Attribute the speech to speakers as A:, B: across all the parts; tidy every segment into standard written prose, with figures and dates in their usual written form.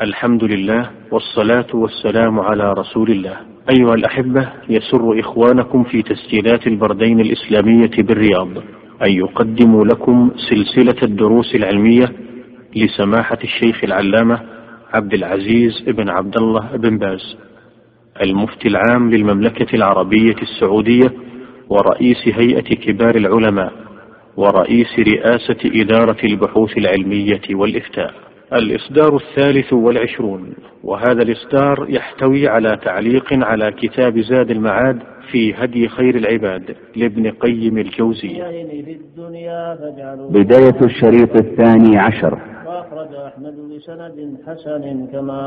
A: الحمد لله والصلاة والسلام على رسول الله. أيها الأحبة، يسر إخوانكم في تسجيلات البردين الإسلامية بالرياض أن يقدموا لكم سلسلة الدروس العلمية لسماحة الشيخ العلامة عبد العزيز بن عبد الله بن باز، المفتي العام للمملكة العربية السعودية ورئيس هيئة كبار العلماء ورئيس رئاسة إدارة البحوث العلمية والإفتاء. الإصدار 23، وهذا الإصدار يحتوي على تعليق على كتاب زاد المعاد في هدي خير العباد لابن قيم الجوزية.
B: بداية الشريط 12.
C: وأخرج أحمد بسند حسن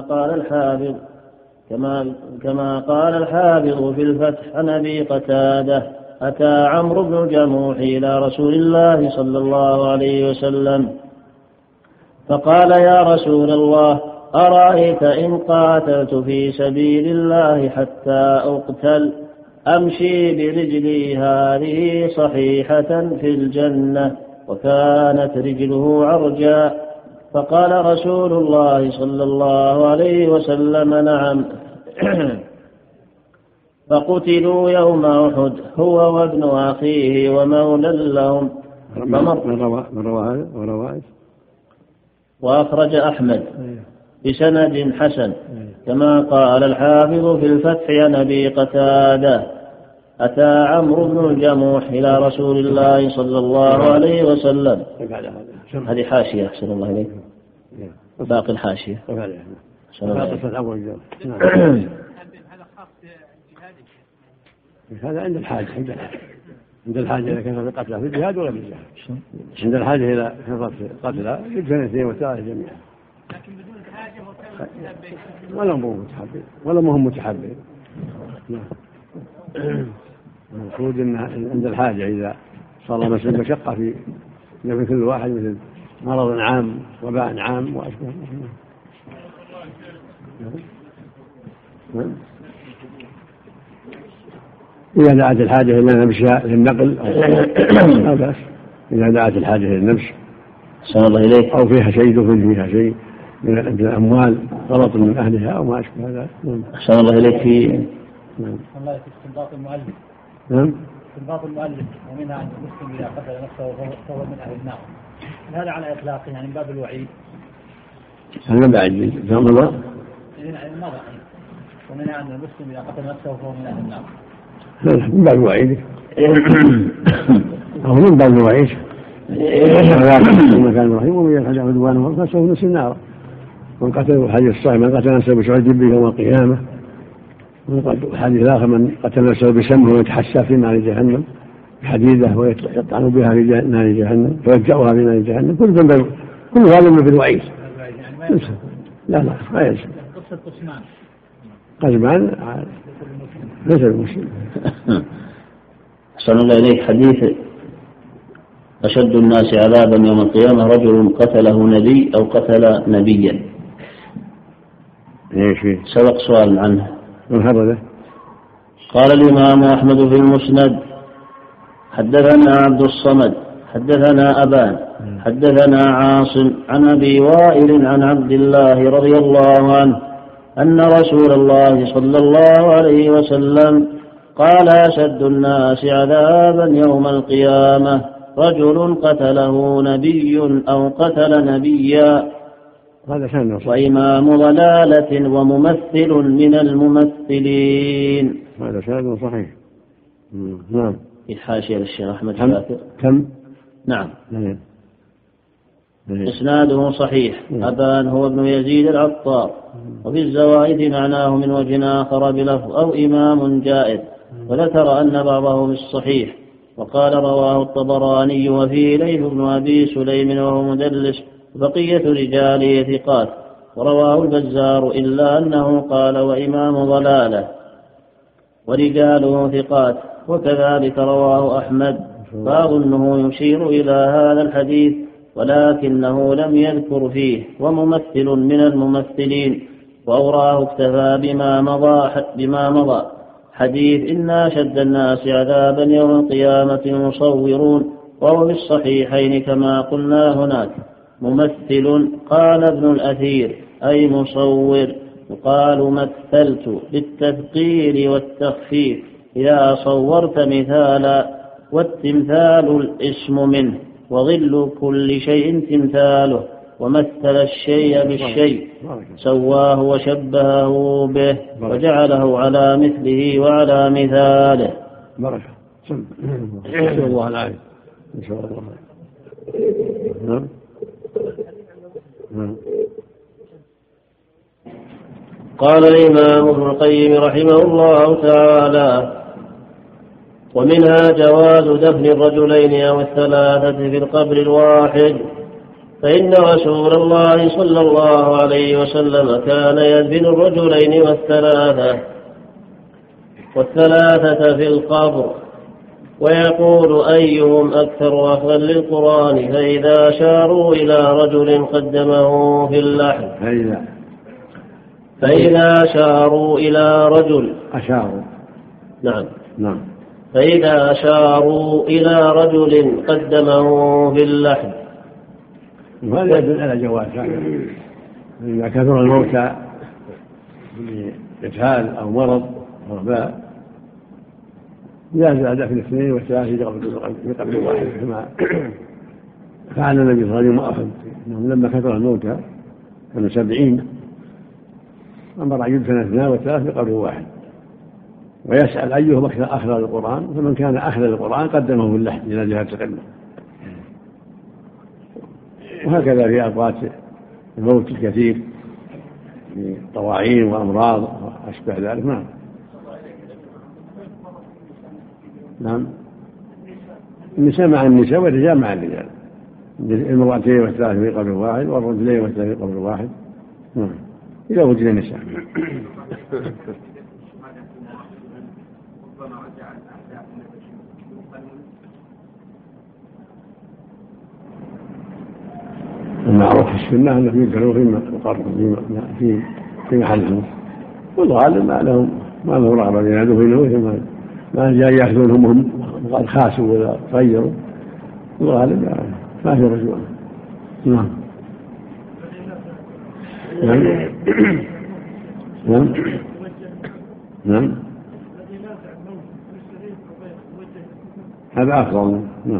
C: كما قال الحافظ في الفتح عن أبي قتادة: أتى عمرو بن الجموح إلى رسول الله صلى الله عليه وسلم فقال: يا رسول الله، أرأيت إن قاتلت في سبيل الله حتى أقتل أمشي برجلي هذه صحيحة في الجنة؟ وكانت رجله عرجا. فقال رسول الله صلى الله عليه وسلم: نعم. فقتلوا يوم أحد هو وابن أخيه ومولى لهم.
D: من رواه
C: وأخرج أحمد بسند حسن كما قال الحافظ في الفتح عن أبي قتادة: أتى عمرو بن الجموح إلى رسول الله صلى الله عليه وسلم. هذه حاشية، أحسن الله إليك، باقي الحاشية.
D: هذا عند الحاجة، عند الحاجة إذا كان قتلها في الجهاد ولا في الجهاد، عند الحاجة إلى كثرة قتلها يجزن 2 و3 جميعا،
E: لكن بدون الحاجة
D: ولا هم متحبين. المفروض أن عند الحاجة إذا صار مثل مشقة في نفس كل واحد، مثل مرض عام، وباء عام وأشبه. إذا دعت الحاجة إلى نمشي للنقل لا بأس، إذا دعت الحاجة إلى النمش أو فيها شيء دفن فيها شيء من الأموال غلط من أهلها أو ما أشبه هذا.
C: أحسن الله إليك في
E: استنباط المؤلف.
D: نعم،
E: استنباط المؤلف ومنها أن المسلم إذا قتل نفسه فهو من أهل النار، هذا على إطلاقه يعني من باب الوعيد.
D: هذا بعد جزاهم الله.
E: ومنها أن المسلم إذا قتل نفسه فهو من أهل النار.
D: من باب الوعيد أو من باب الوعيد. كان الرحيم ومن يفعل عدوانه فسوف نصل النار. من قتل الحديث الصحيح: من قتل نفسه بشعب به يوم القيامة. الحديث الآخر: من قتل نفسه بسمه ويتحسى في نار جهنم بحديدة ويطعن بها في نار جهنم فيرجعها في نار جهنم. كل هذا من الوعيد. لا ما يلزم.
E: قصة
D: قزمان ليس المسلم.
C: أحسن الله إليك. حديث: أشد الناس عذابا يوم القيامة رجل قتله نبي أو قتل نبيا. سبق سؤال عنه. قال الإمام أحمد في المسند: حدثنا عبد الصمد حدثنا أبان حدثنا عاصم عن أبي وائل عن عبد الله رضي الله عنه أن رسول الله صلى الله عليه وسلم قال: أشد الناس عذابا يوم القيامة رجل قتله نبي أو قتل نبيا، وإمام ضلالة وممثل من الممثلين.
D: هذا شاهد صحيح. نعم.
C: في حاشية للشيخ أحمد شاكر.
D: كم؟
C: نعم. إسناده صحيح. أبان هو ابن يزيد العطار، وفي الزوائد معناه من وجه آخر بلفظ أو إمام جائر، وذكر أن بعضه بالصحيح، وقال: رواه الطبراني وفيه ليث بن أبي سليم وهو مدلس، بقية رجاله ثقات. ورواه البزار إلا أنه قال: وإمام ضلالة ورجاله ثقات. وكذلك رواه أحمد، فأظنه يشير إلى هذا الحديث ولكنه لم يذكر فيه وممثل من الممثلين، وأوراه اكتفى بما مضى حديث: إن أشد الناس عذابا يوم القيامة مصورون، وهو في الصحيحين كما قلنا هناك. ممثل. قال ابن الأثير: أي مصور. يقال مثلت بالتثقيل والتخفيف إذا صورت مثالا، والتمثال الاسم منه، وظل كل شيء تمثاله، ومثل الشيء بالشيء، سواه وشبهه به، وجعله على مثله وعلى مثاله.
D: بركة. نسأل الله العافية. نسأل الله العافية.
C: قال الإمام ابن القيم رحمه الله تعالى: ومنها جواز دفن الرجلين أو الثلاثة في القبر الواحد، فإن رسول الله صلى الله عليه وسلم كان يدفن الرجلين والثلاثة في القبر، ويقول أيهم أكثر أخذا للقرآن، فإذا أشاروا إلى رجل قدمه في اللحد، فإذا أشاروا إلى رجل فإذا أشاروا إلى رجل قدمه في اللحد.
D: وهذا يدل على جواز إذا كثر الموتى بإجهال أو مرض أو وباء جاز دفن الاثنين والثلاثة في قبر واحد، كما فعل النبي صلى الله عليه وسلم أنهم لما كثر الموتى كانوا 70 أمر أن يدفن 2 و3 في قبر واحد، ويسأل أيهم أخذ للقرآن، فمن كان أخذ للقرآن قدمه في اللحد إلى جهة القبلة. وهكذا في أوقات الموت الكثير من طواعين وأمراض وأشبه ذلك. نعم النساء مع النساء والرجال مع الرجال، المرأتين والثلاث في قبر واحد والرجلين والثلاث في قبر واحد إذا وجد النساء. المعروف في السنة أنهم يدخلوا في محلهم، والغالب ما لهم رغبة أن يعدوا في نوهم، ما جاء يأخذونهم هم قد خاسوا ولا غيروا، والغالب ما في رجوع. نعم هذا أفضل.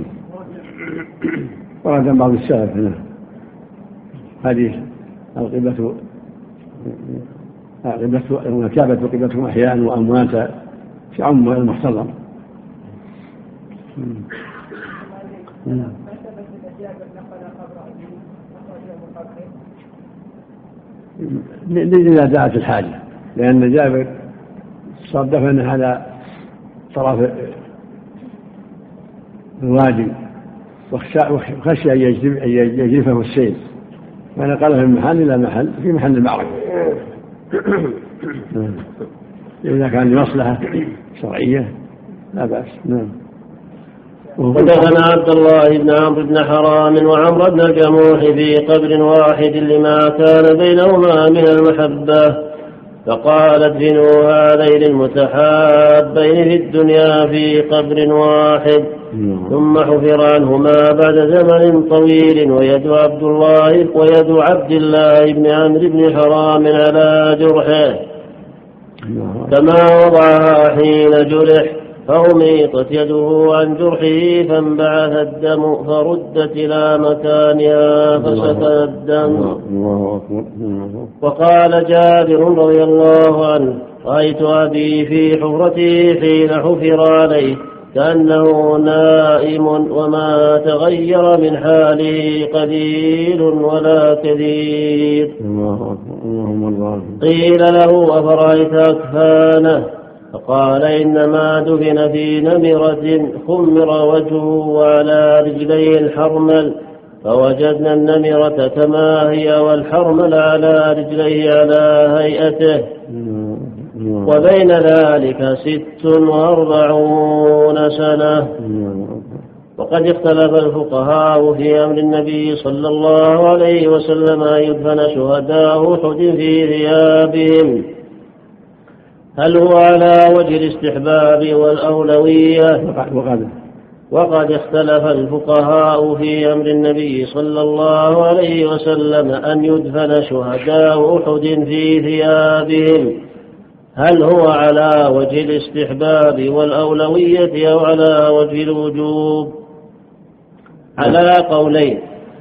D: ورد بعض السلف هنا حديث الكعبة قبلتهم أحياء وأمواتا في عم المحتضر. إذا دعت الحاجة، لأن جابر صار دفن على طرف الوادي وخشي أن يجرفه السيل، فنقله من محل إلى محل في محل المعركة إذا كان لمصلحة شرعية لا بأس.
C: ودفن عبد الله بن عمرو بن حرام وعمرو بن الجموح في قبر واحد لما كان بينهما من المحبة، فقال ادفنوا هذين المتحابين في الدنيا في قبر واحد. ثم حفر عنهما بعد زمن طويل ويد عبد الله بن عمرو بن حرام على جرحه كما وضعها حين جرح، فأميطت يده عن جرحه فانبعث الدم فردت إلى مكانها فسكن الدم. وقال جابر رضي الله عنه: رأيت أبي في حفرته حين حفر عليه كأنه نائم، وما تغير من حاله قليل ولا كثير. قيل له: أفرأيت أكفانه؟ فقال: إنما دفن في نمرة خمر وجهه وعلى رجليه الحرمل، فوجدنا النمرة كما هي والحرمل على رجليه على هيئته، وبين ذلك 46 سنة. وقد اختلف الفقهاء في أمر النبي صلى الله عليه وسلم أن يدفن شهداء أحد في ثيابهم، هل هو على وجه الاستحباب والأولوية؟ وقد اختلف الفقهاء في أمر النبي صلى الله عليه وسلم أن يدفن شهداء أحد في ثيابهم، هل هو على وجه الاستحباب والأولوية أو على وجه الوجوب؟ على قولين.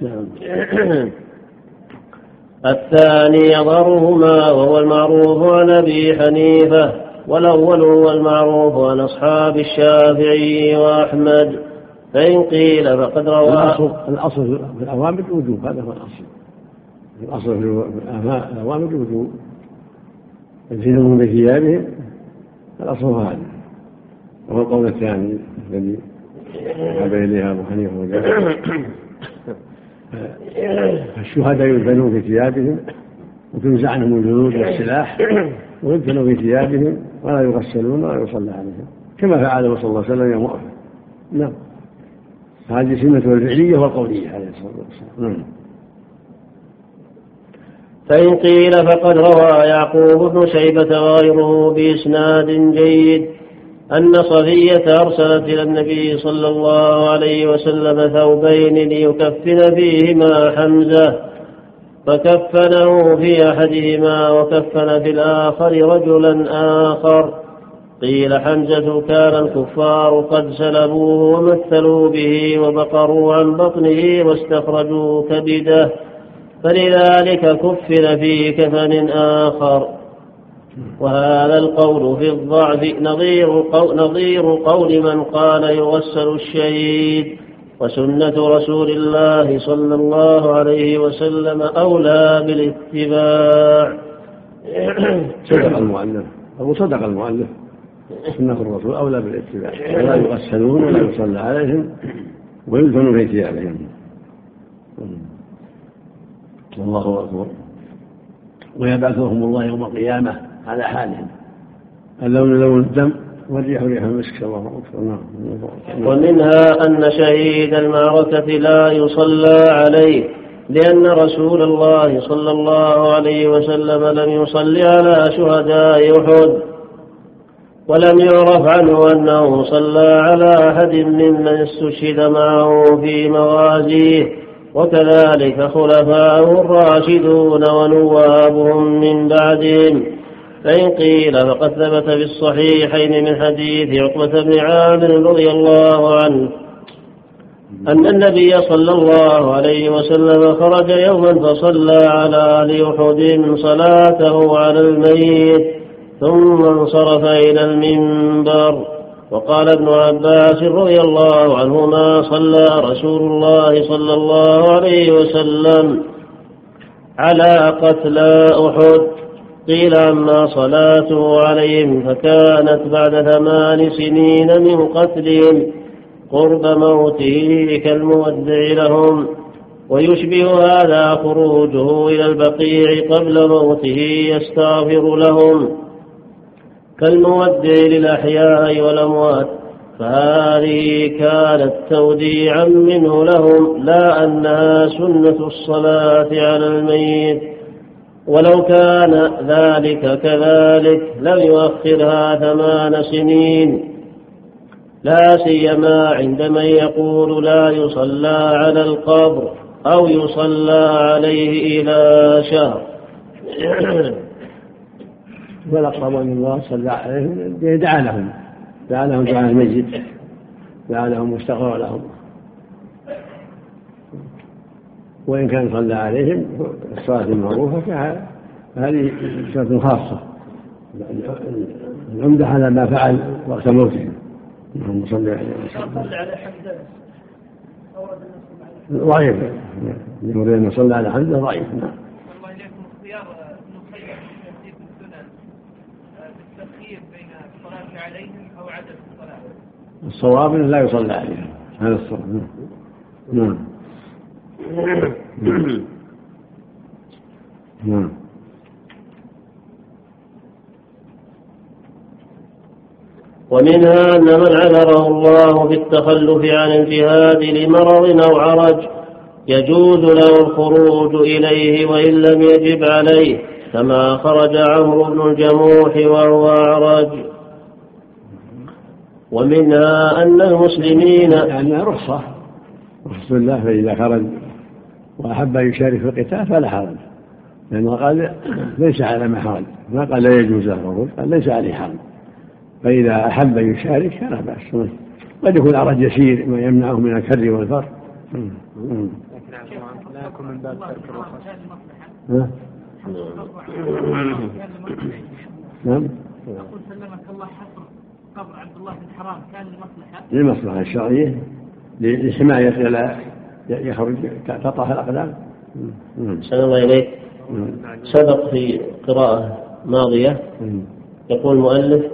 C: الثاني أظهرهما وهو المعروف عن أبي حنيفة، والأول هو المعروف عن أصحاب الشافعي وأحمد. فإن قيل فقد روى
D: الأصل في الأوامر الوجوب، هذا هو الأصل. الأصل في الأوامر الوجوب، يدفنون بثيابهم، الأصل هذا. وهو القول الثاني الذي ذهب إليها أبو حنيفة وجابر، الشهداء يدفنون في ثيابهم وتنزع عنهم الجلود والسلاح ويدفنوا في ثيابهم ولا يغسلون ولا يصلى عليهم، كما فعله صلى الله عليه وسلم يوم أحد. نعم، هذه سنة الفعلية والقولية عليه الصلاة والسلام.
C: فإن قيل فقد روى يعقوب بن شيبة وغيره بإسناد جيد أن صفية أرسلت إلى النبي صلى الله عليه وسلم ثوبين ليكفن فيهما حمزة، فكفنه في أحدهما وكفن في الآخر رجلا آخر. قيل حمزة كان الكفار قد سلبوه ومثلوا به وبقروا عن بطنه واستخرجوا كبده، فلذلك كفن في كفن آخر. وهذا القول في الضعف نظير قول من قال يغسل الشهيد، وسنة رسول الله صلى الله عليه وسلم أولى بالاتباع.
D: صدق المؤلف سنة الرسول أولى بالاتباع، ولا يغسلون ولا يصلى عليهم ويدفنوا في ثيابهم. الله أكبر. ويبعثهم الله يوم القيامة على حالهم، اللون لون الدم والريح ريح المسك. الله أكبر.
C: ومنها أن شهيد المعركة لا يصلى عليه، لأن رسول الله صلى الله عليه وسلم لم يصلي على شهداء أحد، ولم يعرف عنه أنه صلى على أحد ممن استشهد معه في مغازيه، وكذلك خلفاؤه الراشدون ونوابهم من بعدهم. فإن قيل فقد ثبت في الصحيحين من حديث عقبة بن عامر رضي الله عنه أن النبي صلى الله عليه وسلم خرج يوما فصلى على آل أحد صلاته على الميت، ثم انصرف إلى المنبر. وقال ابن عباس رضي الله عنهما صلى رسول الله صلى الله عليه وسلم على قتلى أحد. قيل أما صلاته عليهم فكانت بعد 8 سنين من قتلهم قرب موته كالمودع لهم، ويشبه هذا خروجه إلى البقيع قبل موته يستغفر لهم كالمودع للأحياء والأموات، فهذه كانت توديعا منه لهم، لا أنها سنة الصلاة على الميت. ولو كان ذلك كذلك لم يؤخرها 8 سنين، لا سيما عند من يقول لا يصلى على القبر أو يصلى عليه إلى شهر.
D: والأقرب أن الله صلى عليهم دعا لهم دعاء الميت، دعا لهم واستغفر لهم، وإن كان صلى عليهم الصلاة المعروفة فهذه صلاة خاصة، العمدة على ما فعل وقت موتهم. اللهم صل عليه وسلم. ضعيف، يريد أن يصلى على حمزة ضعيف. نعم.
E: الله إليكم اختيار نصيب في السنن بالتخيير بين الصلاة عليهم أو عدم الصلاة.
D: الصواب لا يصلى عليهم، هذا الصواب. نعم. نعم.
C: ومنها أن من عذره الله في التخلف عن الجهاد لمرض أو عرج يجوز له الخروج إليه وإن لم يجب عليه، كما خرج عمرو بن الجموح وهو أعرج. ومنها أن المسلمين
D: يعني رخصة الله، فإذا خرج وأحب أن يشارك في القتال فلا حرج، لأنه قال ليس على ما حرج، ما قال لا يجوز له، قال ليس عليه حرج، فإذا أحب أن يشارك فلا بأس. قد يكون العرج يسير ما يمنعه من الكر والفر.
E: لا يكون من باب ترك الرخص.
D: نعم.
E: أقول سلمك الله حفر قبر عبد الله بن حرام كان لمصلحة؟
D: للمصلحة الشرعية، لحماية لا يخرج تطرح الأقدام.
C: سلام الله إليك. سبق في قراءة ماضية يقول المؤلف: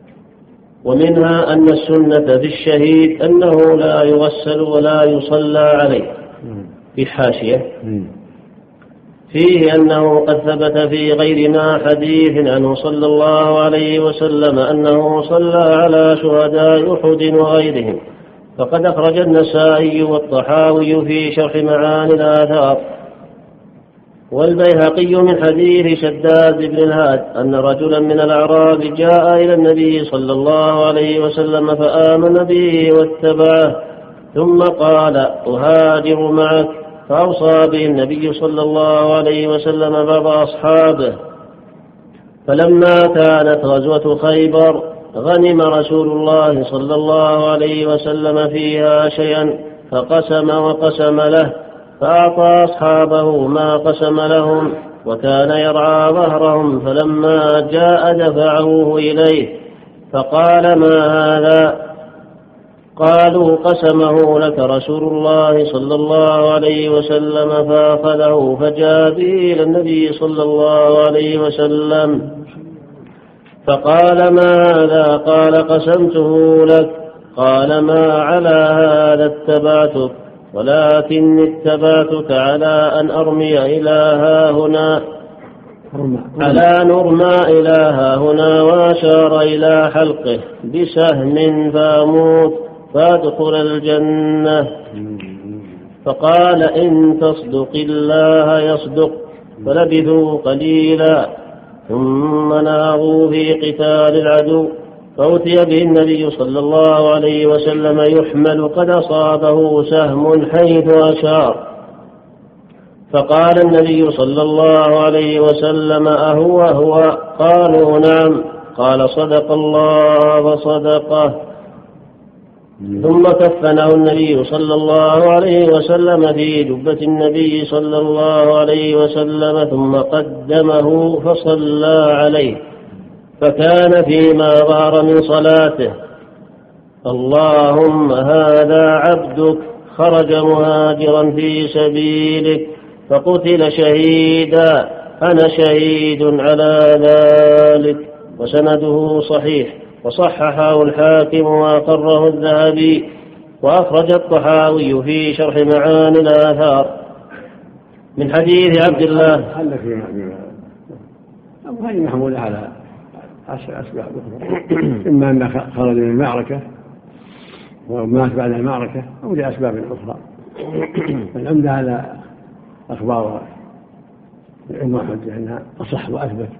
C: ومنها أن السنة في الشهيد أنه لا يغسل ولا يصلى عليه. في حاشية فيه أنه قد ثبت في غيرنا حديث عنه صلى الله عليه وسلم أنه صلى على شهداء أحد وغيرهم، فقد أخرج النسائي والطحاوي في شرح معاني الآثار، والبيهقي من حديث شداد بن الهاد أن رجلا من الأعراب جاء إلى النبي صلى الله عليه وسلم فآمن به واتبعه، ثم قال: أهاجر معك، فأوصى به النبي صلى الله عليه وسلم بعض أصحابه. فلما كانت غزوة خيبر غنم رسول الله صلى الله عليه وسلم فيها شيئا فقسم وقسم له، فأعطى أصحابه ما قسم لهم، وكان يرعى ظهرهم، فلما جاء دفعوه إليه فقال: ما هذا؟ قالوا: قسمه لك رسول الله صلى الله عليه وسلم. فأخذه فجاء به إلى النبي صلى الله عليه وسلم فقال: ما هذا؟ قال: قسمته لك. قال: ما على هذا اتبعتك، ولكن اتبعتك على أن أرمي إلى هاهنا، على نرمى إلى هاهنا، وأشار إلى حلقه بسهم فأموت فادخل الجنة. فقال: إن تصدق الله يصدق. فلبثوا قليلا ثم ناضوا في قتال العدو، فأتي به النبي صلى الله عليه وسلم يحمل قد أصابه سهم حيث أشار، فقال النبي صلى الله عليه وسلم: أهو؟ قالوا: نعم. قال: صدق الله وصدقه. ثم كفنه النبي صلى الله عليه وسلم في جبة النبي صلى الله عليه وسلم، ثم قدمه فصلى عليه، فكان فيما ظهر من صلاته: اللهم هذا عبدك خرج مهاجرا في سبيلك فقتل شهيدا، أنا شهيد على ذلك. وسنده صحيح، وصححه الحاكم وأقره الذهبي، وأخرج الطحاوي في شرح معاني الآثار من حديث عبد الله.
D: هذه محمولة على أسباب أخرى، إما أن خرج من المعركة ومات بعد المعركة، أو لأسباب أخرى. العمدة على أخبار الأمة حجة أنها أصح وأثبت.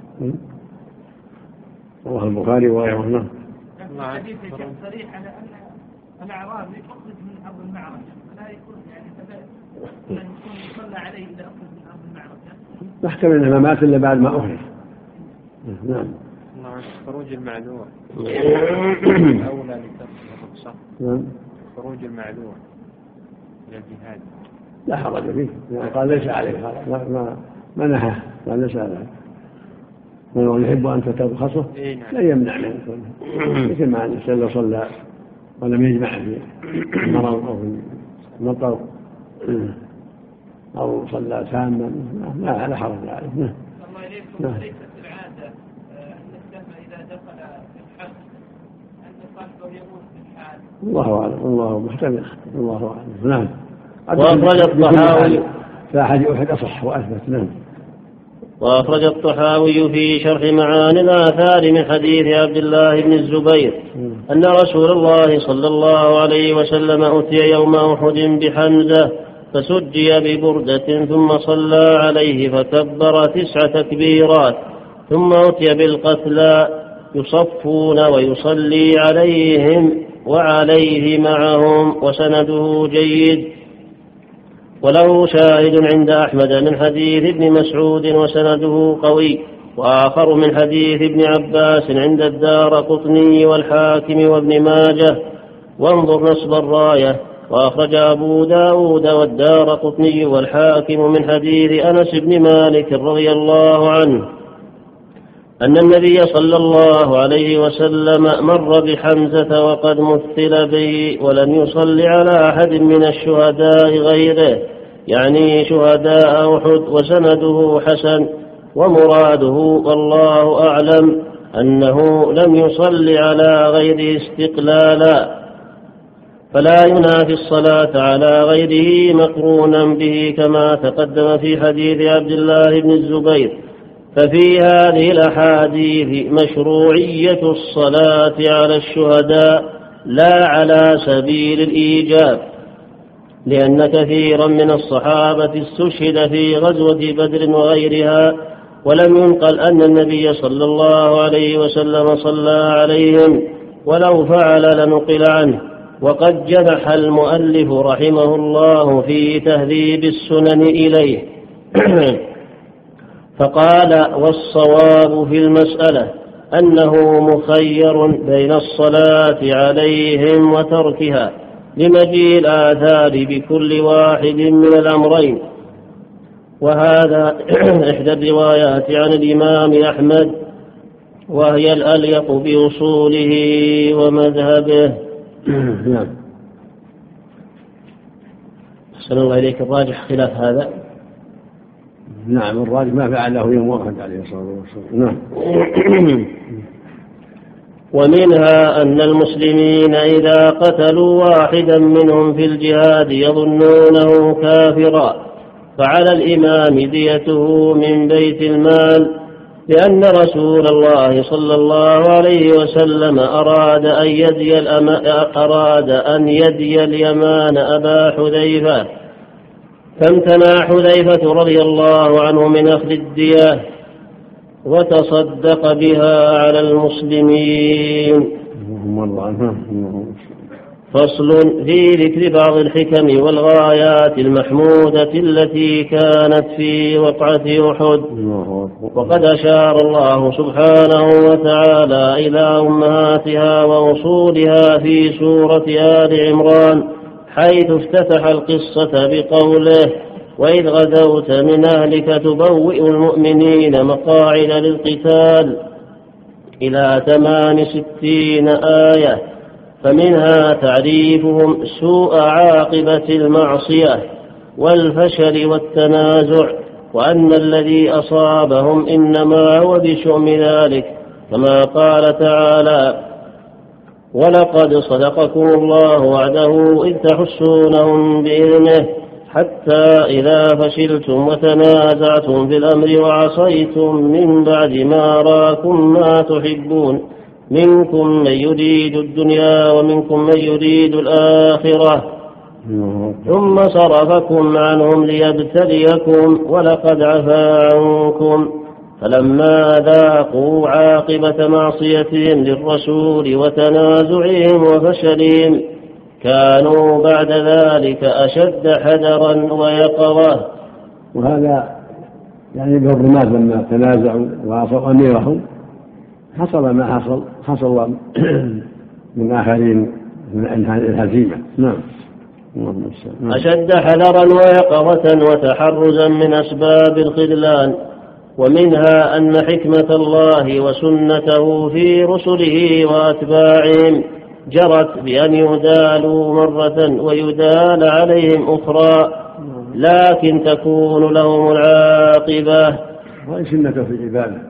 D: رواه البخاري وغيره.
E: الحديث صريح على أن الأعرابي أخرج من أرض المعركة، لا يكون يعني يكون يصلى عليه إذا أخرج من أرض المعركة.
D: نحتمل أنه ما مات إلا بعد ما أخرج. نعم.
F: خروج المعذور أولى لترك الرخصة. خروج المعذور إلى الجهاد
D: لا حرج فيه، يعني قال ليس عليه، ما نهاه، قال ليس عليه. من يحب أن تترخصه لا يمنع منه، مثل ما الإنسان لو صلى ولم يجمع في مرض أو في مطر أو صلى تاما لا حرج عليه.
E: الله إليكم، ليست العادة أن السهم إذا دخل في الحق أن صاحبه يموت في الحال.
D: الله أعلم، الله محتمل، الله أعلم. نعم.
C: وأخرج الطحاوي
D: فأحد أحد أصح وأثبت. نعم.
C: وأخرج الطحاوي في شرح معاني الآثار من حديث عبد الله بن الزبير أن رسول الله صلى الله عليه وسلم أتي يوم أحد بحمزة فسجي ببردة، ثم صلى عليه فكبر 9 تكبيرات، ثم أتي بالقتلى يصفون ويصلي عليهم وعليه معهم، وسنده جيد. وله شاهد عند أحمد من حديث ابن مسعود وسنده قوي، وآخر من حديث ابن عباس عند الدارقطني والحاكم وابن ماجه، وانظر نصب الراية. وأخرج أبو داود والدارقطني والحاكم من حديث أنس بن مالك رضي الله عنه أن النبي صلى الله عليه وسلم مر بحمزة وقد مثل به ولم يصل على أحد من الشهداء غيره، يعني شهداء أحد، وسنده حسن. ومراده والله أعلم أنه لم يصل على غيره استقلالا، فلا ينافي الصلاة على غيره مقرونا به كما تقدم في حديث عبد الله بن الزبير. ففي هذه الأحاديث مشروعية الصلاة على الشهداء لا على سبيل الإيجاب، لأن كثيرا من الصحابة استشهد في غزوة بدر وغيرها، ولم ينقل أن النبي صلى الله عليه وسلم صلى عليهم، ولو فعل لنقل عنه. وقد جنح المؤلف رحمه الله في تهذيب السنن إليه فقال: والصواب في المسألة أنه مخير بين الصلاة عليهم وتركها لمجيء الآثار بكل واحد من الأمرين. وهذا إحدى الروايات عن الإمام أحمد، وهي الأليق بأصوله ومذهبه.
D: نعم.
C: أحسن الله إليك، الراجح خلاف هذا.
D: نعم، الراجح ما فعله يوم أحد عليه الصلاة والسلام. نعم.
C: ومنها أن المسلمين إذا قتلوا واحدا منهم في الجهاد يظنونه كافرا، فعلى الإمام ديته من بيت المال، لأن رسول الله صلى الله عليه وسلم أراد أن يدي اليمان أبا حذيفة، فامتنع حذيفة رضي الله عنه من أخذ الدية وتصدق بها على المسلمين. فصل في ذكر بعض الحكم والغايات المحمودة التي كانت في وقعة أحد. وقد أشار الله سبحانه وتعالى إلى أمهاتها وأصولها في سورة آل عمران، حيث افتتح القصة بقوله: وإذ غدوت من أهلك تبوئ المؤمنين مقاعد للقتال، إلى 68 آية. فمنها تعريفهم سوء عاقبة المعصية والفشل والتنازع، وأن الذي أصابهم إنما هو بشؤم ذلك، كما قال تعالى: ولقد صدقكم الله وعده إذ تحسونهم بإذنه حتى إذا فشلتم وتنازعتم في الأمر وعصيتم من بعد ما أراكم ما تحبون، منكم من يريد الدنيا ومنكم من يريد الآخرة، ثم صرفكم عنهم ليبتليكم ولقد عفا عنكم. فلما ذاقوا عاقبة معصيتهم للرسول وتنازعهم وفشلهم كانوا بعد ذلك أشد حذرا ويقظة.
D: وهذا يعني بالرماة لما تنازعوا وعصوا أميرهم حصل ما حصل من آخرين من الهزيمة. نعم.
C: أشد حذرا ويقظة وتحرزا من أسباب الخذلان. ومنها أن حكمة الله وسنته في رسله وأتباعهم جرت بأن يدالوا مرة ويدال عليهم أخرى، لكن تكون لهم العاقبة.
D: وإن سنة في العبادة،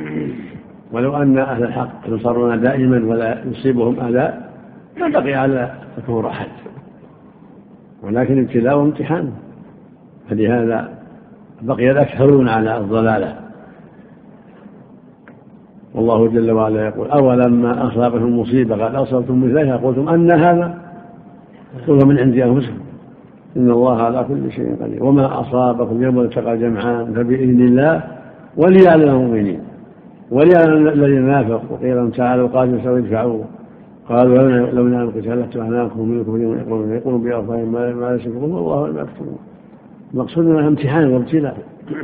D: ولو أن أهل الحق ينصرون دائما ولا يصيبهم أذى ما بقي على كفور أحد، ولكن ابتلاء وامتحان، فلهذا بقي الأكثرون على الضلالة. والله جل وعلا يقول: أولما أصابتهم مصيبة قد أصبتم مثلها قلتم أن هذا، قل من عند أنفسكم إن الله على كل شيء قدير، وما أصابكم يوم التقى الجمعان فبإذن الله وليعلم المؤمنين. ولأن الذين نافقوا وقيل لهم تعالوا قاتلوا سيدفعوا قالوا لو نعلم القتال لاتبعناكم منكم يقولون بأفواههم ما ليس يقولون والله ما يكتمون. المقصود انها امتحان وابتلاء.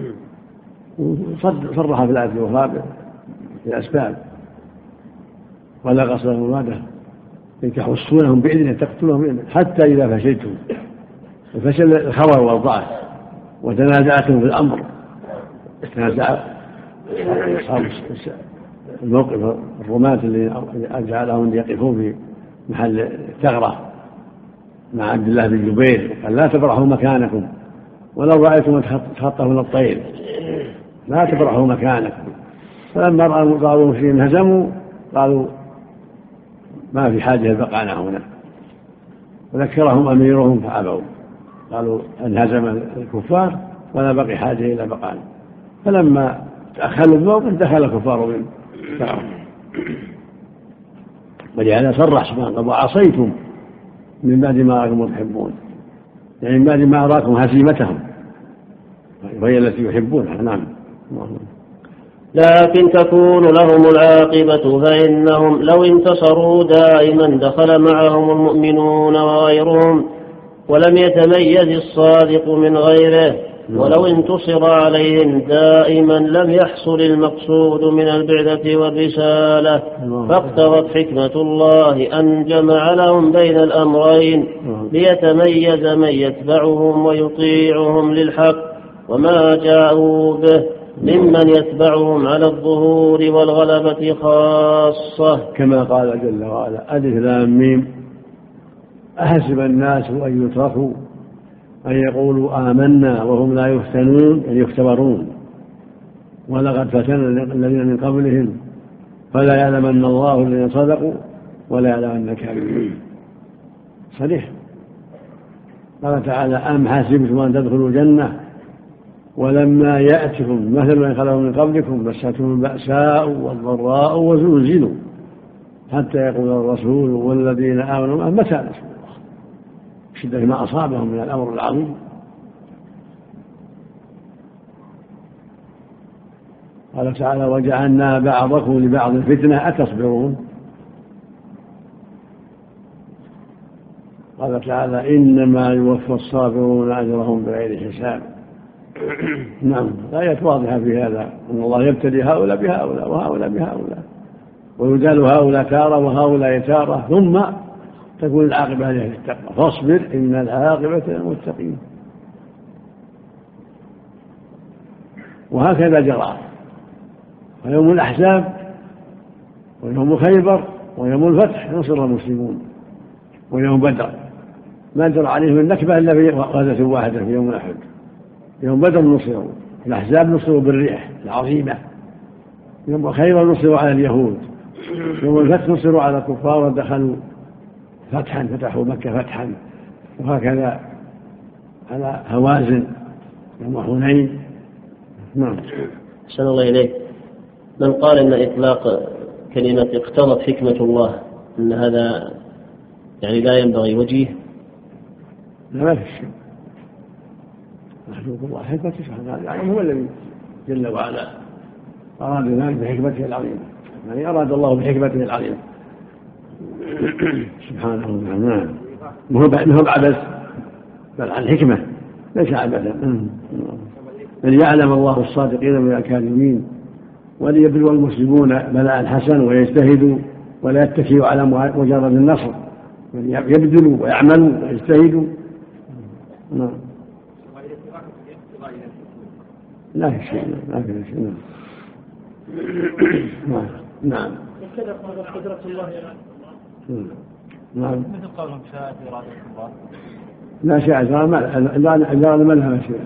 D: صرح في الآية الأخرى بالأسباب ولا قصد المرادة تحصونهم بإذنه تقتلهم بإذنه حتى إذا فشلتم الفشل الخبر والضعف وتنازعتم في الأمر تنازع أصحاب الموقف الرماة اللي جعلهم يقفون في محل ثغرة مع عبد الله بن جبير قال لا تبرحوا مكانكم ولو رأيتم تخطفون الطير لا تبرحوا مكانكم. فلما رأوا المسلمين هزموا قالوا ما في حاجة البقاء هنا وذكرهم أميرهم فأبوا قالوا انهزم الكفار ولا بقي حاجة إلى بقاء. فلما تأخلوا الموقف دخل الكفار من ثغرة. ولهذا صرح سبحانه وعصيتم من بعد ما أراكم تحبون يعني من بعد ما أراكم هزيمتهم وهي التي يحبونها. نعم.
C: لكن تكون لهم العاقبة فإنهم لو انتصروا دائما دخل معهم المؤمنون وغيرهم ولم يتميز الصادق من غيره ولو انتصر عليهم دائما لم يحصل المقصود من البعثة والرسالة. فاقتضت حكمة الله أن جمع لهم بين الأمرين ليتميز من يتبعهم ويطيعهم للحق وما جاءوا به ممن يتبعهم على الظهور والغلبة خاصة
D: كما قال جل وعلا ألف لام ميم أحسب الناس أن يتركوا أن يقولوا آمنا وهم لا يفتنون أن يختبرون ولقد فتنا الذين من قبلهم فلا يعلمن الله الذين صدقوا ولا يعلمن الكاذبين. صريح. قال تعالى أم حسبتم أن تدخلوا الجنة ولما يأتكم مثل من خلقوا من قبلكم مستهم البأساء والضراء وزلزلوا حتى يقول الرسول والذين آمنوا متى نصر الله شدة ما أصابهم من الأمر العظيم. قال تعالى وجعلنا بعضكم لبعض فتنة أتصبرون. قال تعالى إنما يوفى الصابرون أجرهم بغير حساب. نعم. الآية واضحة في هذا أن الله يبتلي هؤلاء بهؤلاء وهؤلاء بهؤلاء ويدال هؤلاء تارة وهؤلاء تارة ثم تكون العاقبة لأهل التقوى فاصبر إن العاقبة للمتقين. وهكذا جرى. ويوم الأحزاب ويوم خيبر ويوم الفتح نصر المسلمون ويوم بدر ما جرى عليهم النكبة إلا في غزوة واحدة في يوم أحد. يوم بدر نصروا الأحزاب نصروا بالريح العظيمة. يوم خيبر نصروا على اليهود. يوم الفتح نصروا على الكفار ودخلوا فتحا فتحوا مكة فتحا. وهكذا على هوازن يوم حنين. نعم.
C: أحسن الله إليك. من قال إن إطلاق كلمة اقتضت حكمة الله أن هذا يعني لا ينبغي وجيه؟
D: لا ما في شيء. مخلوق الله حكمته يعني هو الذي جل وعلا أراد ذلك بحكمته العظيمة يعني أراد الله بحكمته العظيمة سبحانه وتعالى. ما هو عبث بل عن حكمة ليس عبثا. بل يعلم الله الصادقين من الكاذبين وليبلو المسلمون بلاء حسن ويجتهدوا ولا يتكلوا على مجرد النصر يبذلوا ويعملوا ويجتهدوا. لا في شيء لا في شيء. نعم. نعم.
E: قدرة الله.
D: نعم.
E: مثل قولهم شاءت إرادة الله.
D: لا شاءت الإرادة ما لها مشيئة.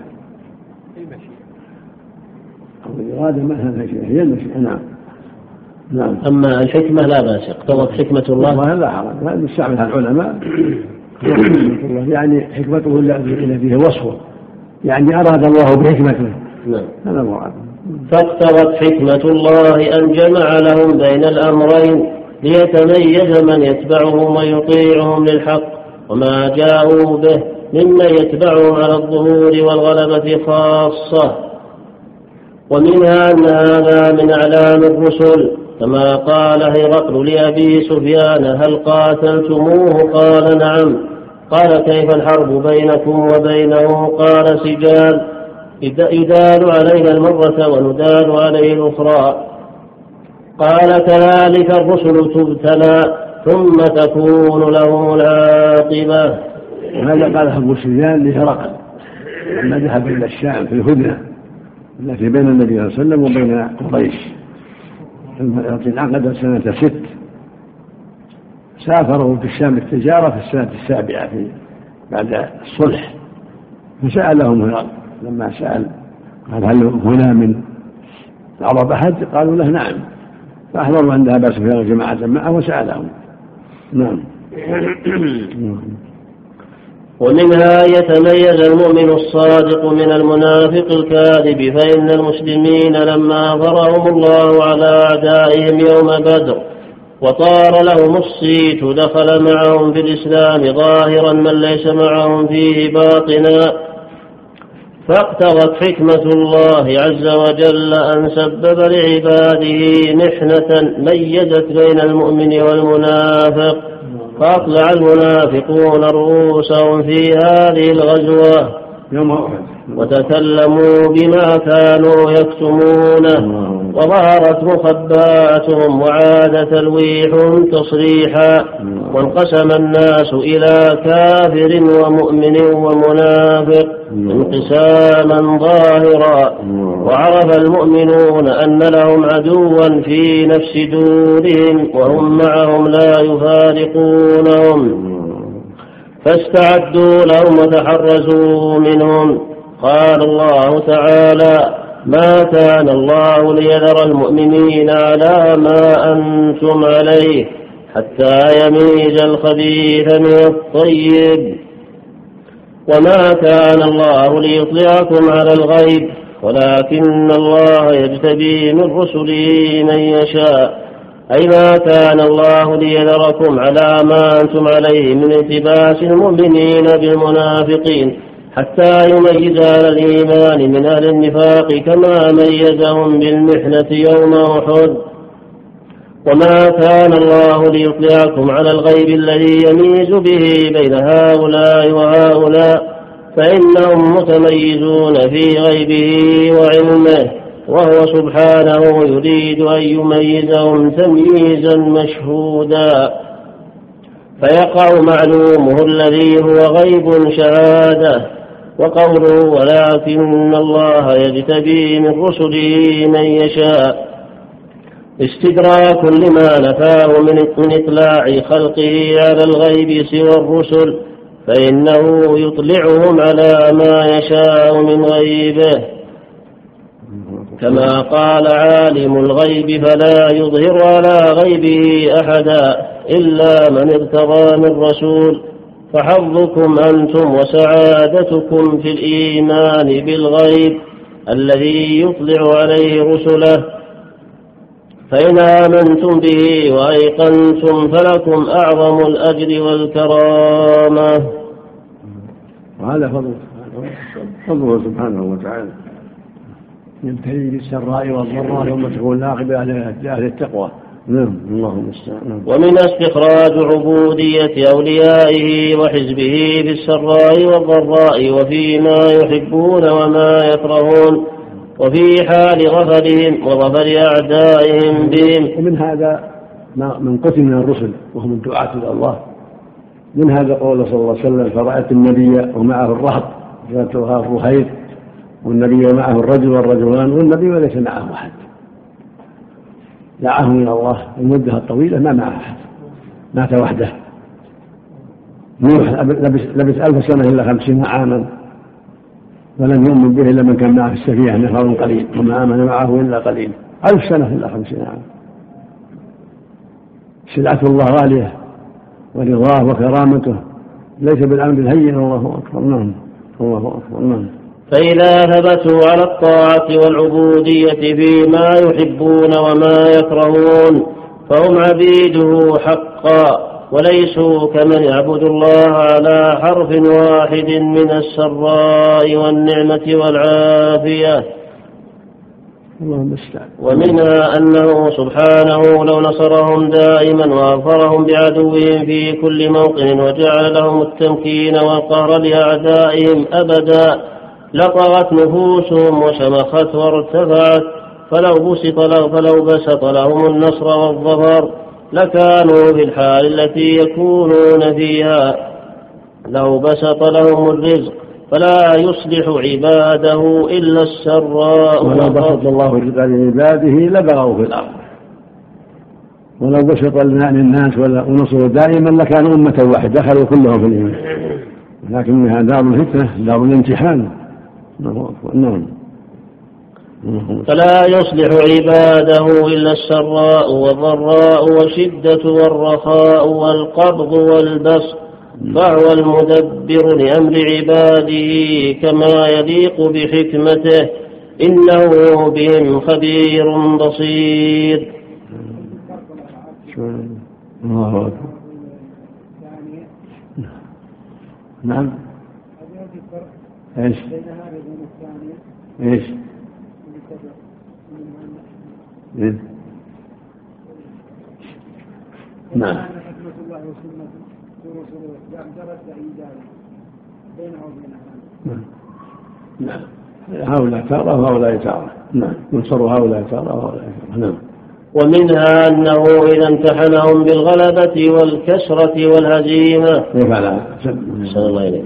D: الإرادة ما لها مشيئة هي المشيئة. نعم. نعم.
C: أما الحكمة لا بأس اقتضت حكمة الله
D: لا حرج هذا يستعملها العلماء يعني حكمته التي فيه وصفه يعني أراد الله بحكمته.
C: نعم.
D: هذا مراد.
C: فاقتضت حكمة الله أن جمع لهم بين الأمرين ليتميز من يتبعهم ويطيعهم للحق وما جاءوا به ممن يتبعهم على الظهور والغلبة خاصة. ومنها أن هذا من أعلام الرسل، كما قال هرقل لأبي سفيان: هل قاتلتموه؟ قال: نعم. قال: كيف الحرب بينكم وبينه؟ قال: سجال، يدال علينا المرة وندال عليه الأخرى. قال: كذلك الرسل تبتلى ثم تكون لهم العاقبة.
D: هذا قال أبو سفيان لهرقل لما ذهب إلى الشام في الهدنة التي بين النبي صلى الله عليه وسلم وبين قريش التي انعقدت سنة 6. سافروا في الشام التجارة في السنة 7 بعد الصلح، فسألهم هرقل لما سأل قال: هل هنا من العرب أحد؟ قالوا له: نعم. فأحضروا عند أبي سفيان جماعة معه وسألهم. نعم.
C: ومنها يتميز المؤمن الصادق من المنافق الكاذب، فإن المسلمين لما ظهرهم الله على أعدائهم يوم بدر وطار لهم الصيت دخل معهم في الإسلام ظاهرا من ليس معهم فيه باطنا، فاقتضت حكمة الله عز وجل أن سبب لعباده محنة ميزت بين المؤمن والمنافق، فأطلع المنافقون رؤوسهم في هذه الغزوة وتكلموا بما كانوا يكتمونه، وظهرت مخباتهم وعاد تلويحهم تصريحا، وانقسم الناس إلى كافر ومؤمن ومنافق انقساما ظاهرا، وعرف المؤمنون أن لهم عدوا في نفس دورهم وهم معهم لا يفارقونهم، فاستعدوا لهم وتحرزوا منهم. قال الله تعالى: ما كان الله ليذر المؤمنين على ما أنتم عليه حتى يميز الخبيث من الطيب، وما كان الله ليطلعكم على الغيب ولكن الله يجتبي من رسله من يشاء، أي ما كان الله ليذركم على ما أنتم عليه من التباس المؤمنين بالمنافقين حتى يميز أهل الإيمان من أهل النفاق كما ميزهم بالمحنة يوم أحد. وما كان الله ليطلعكم على الغيب الذي يميز به بين هؤلاء وهؤلاء، فإنهم متميزون في غيبه وعلمه، وهو سبحانه يريد أن يميزهم تمييزا مشهودا، فيقع معلومه الذي هو غيب شهادة. وقوله: ولكن الله يجتبي من رسله من يشاء، استدراك لما نفاه من إطلاع خلقه على الغيب سوى الرسل، فإنه يطلعهم على ما يشاء من غيبه، كما قال: عالم الغيب فلا يظهر على غيبه أحدا إلا من ارتضى من رسول، فحظكم أنتم وسعادتكم في الإيمان بالغيب الذي يطلع عليه رسله، فإن آمنتم به وأيقنتم فلكم أعظم الأجر والكرامة.
D: وهذا فضله سبحانه وتعالى يبتلي بالسراء والضراء يوم تكون العاقبة لأهل التقوى. نعم. اللهم استعان.
C: ومن استخراج عبودية أوليائه وحزبه بالسراء والضراء وفيما يحبون وما يكرهون، وفي حال غفلهم وغفل أعدائهم بهم.
D: ومن هذا من قتل من الرسل وهم الدعاة إلى الله، من هذا قول صلى الله عليه وسلم: فرأت النبي ومعه الرهط ذاتها الرهيب، والنبي ومعه الرجل والرجلان، والنبي وليس معه أحد. دعاه من الله المدة الطويلة ما معه أحد، مات وحده. نوح لبث 1000 سنة إلا 50 عاما، ولم يؤمن به إلا من كان معه في السفينة نفر قليل، وما آمن معه إلا قليل. 1000 سنة إلا 50 عاما. سلعة الله غالية ورضاه وكرامته ليس بالأمر الهين. الله أكبر. نعم. الله أكبر. نعم.
C: فإذا ثبتوا على الطاعة والعبودية فيما يحبون وما يكرهون فهم عبيده حقا، وليسوا كمن يعبد الله على حرف واحد من السراء والنعمة والعافية. ومنها أنه سبحانه لو نصرهم دائما وأظهرهم بعدوهم في كل موطن وجعل لهم التمكين والقهر لأعدائهم أبدا لطغت نفوسهم وشمخت وارتفعت، فلو بسط لهم النصر والظفر لكانوا في الحال التي يكونون فيها. لو بسط لهم الرزق فلا يصلح عباده إلا السراء.
D: ولو بسط الله الرزق لعباده لبغوا في الأرض، ولو بسط للناس ونصروا دائما لكانوا أمة واحدة دخلوا كلهم في الإيمان، لكنها دار الفتنة دار الامتحان. نعم.
C: فلا يصلح عباده إلا السراء والضراء والشدة والرخاء والقبض والبسط، فهو المدبر لأمر عباده كما يليق بحكمته، إنه بهم خبير بصير.
D: نعم. ايش ايش نعم. نعم. هؤلاء تارة وهؤلاء تارة. نعم. ينصروا هؤلاء تارة وهؤلاء تارة. نعم.
C: ومنها أنه إذا امتحنهم بالغلبة والكسرة والهزيمة.
D: صلى الله عليه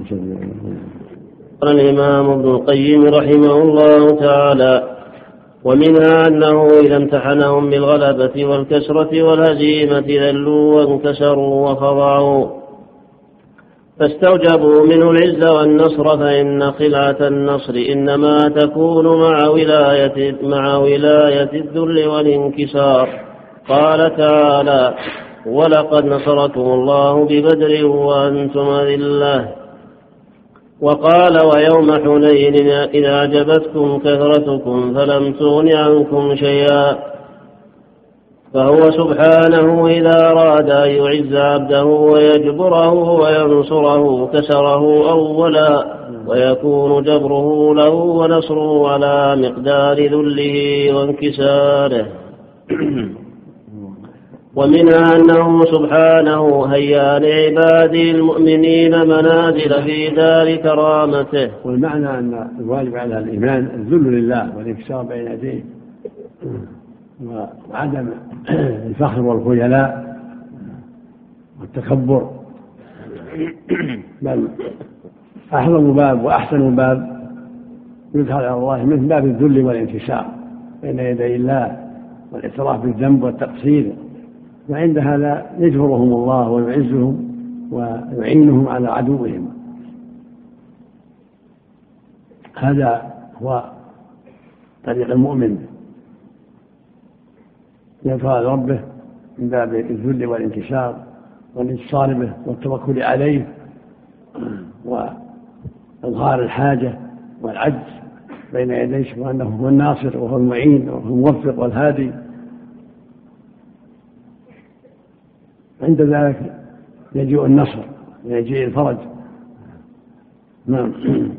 C: قال الإمام ابن القيم رحمه الله تعالى: ومنها أنه إذا امتحنهم بالغلبة والكسرة والهزيمة ذلوا وانكسروا وخضعوا فاستوجبوا منه العز والنصر، فإن خلعة النصر إنما تكون مع ولاية الذل والانكسار. قال تعالى: ولقد نصركم الله ببدر وأنتم أذلة. وقال: ويوم حنين إذ أعجبتكم كثرتكم فلم تغن عنكم شيئا. فهو سبحانه إذا أراد أن يعز عبده ويجبره وينصره كسره أولا، ويكون جبره له ونصره على مقدار ذله وانكساره. ومنها أنه سبحانه هيا لعباده المؤمنين منازل في دار كرامته.
D: والمعنى أن الواجب على الإيمان الذل لله والانكسار بين يديه وعدم الفخر والخيلاء والتكبر، بل أعظم باب وأحسن باب يدخل على الله من باب الذل والانكسار بين يدي الله والاعتراف بالذنب والتقصير، وعند هذا يجبرهم الله ويعزهم ويعينهم على عدوهم. هذا هو طريق المؤمن، يدخل على ربه من باب الذل والانكسار والانتصار به والتوكل عليه وإظهار الحاجة والعجز بين يديه، وأنه هو الناصر وهو المعين وهو الموفق والهادي. عند ذلك يجيء النصر ويجيء الفرج. نعم.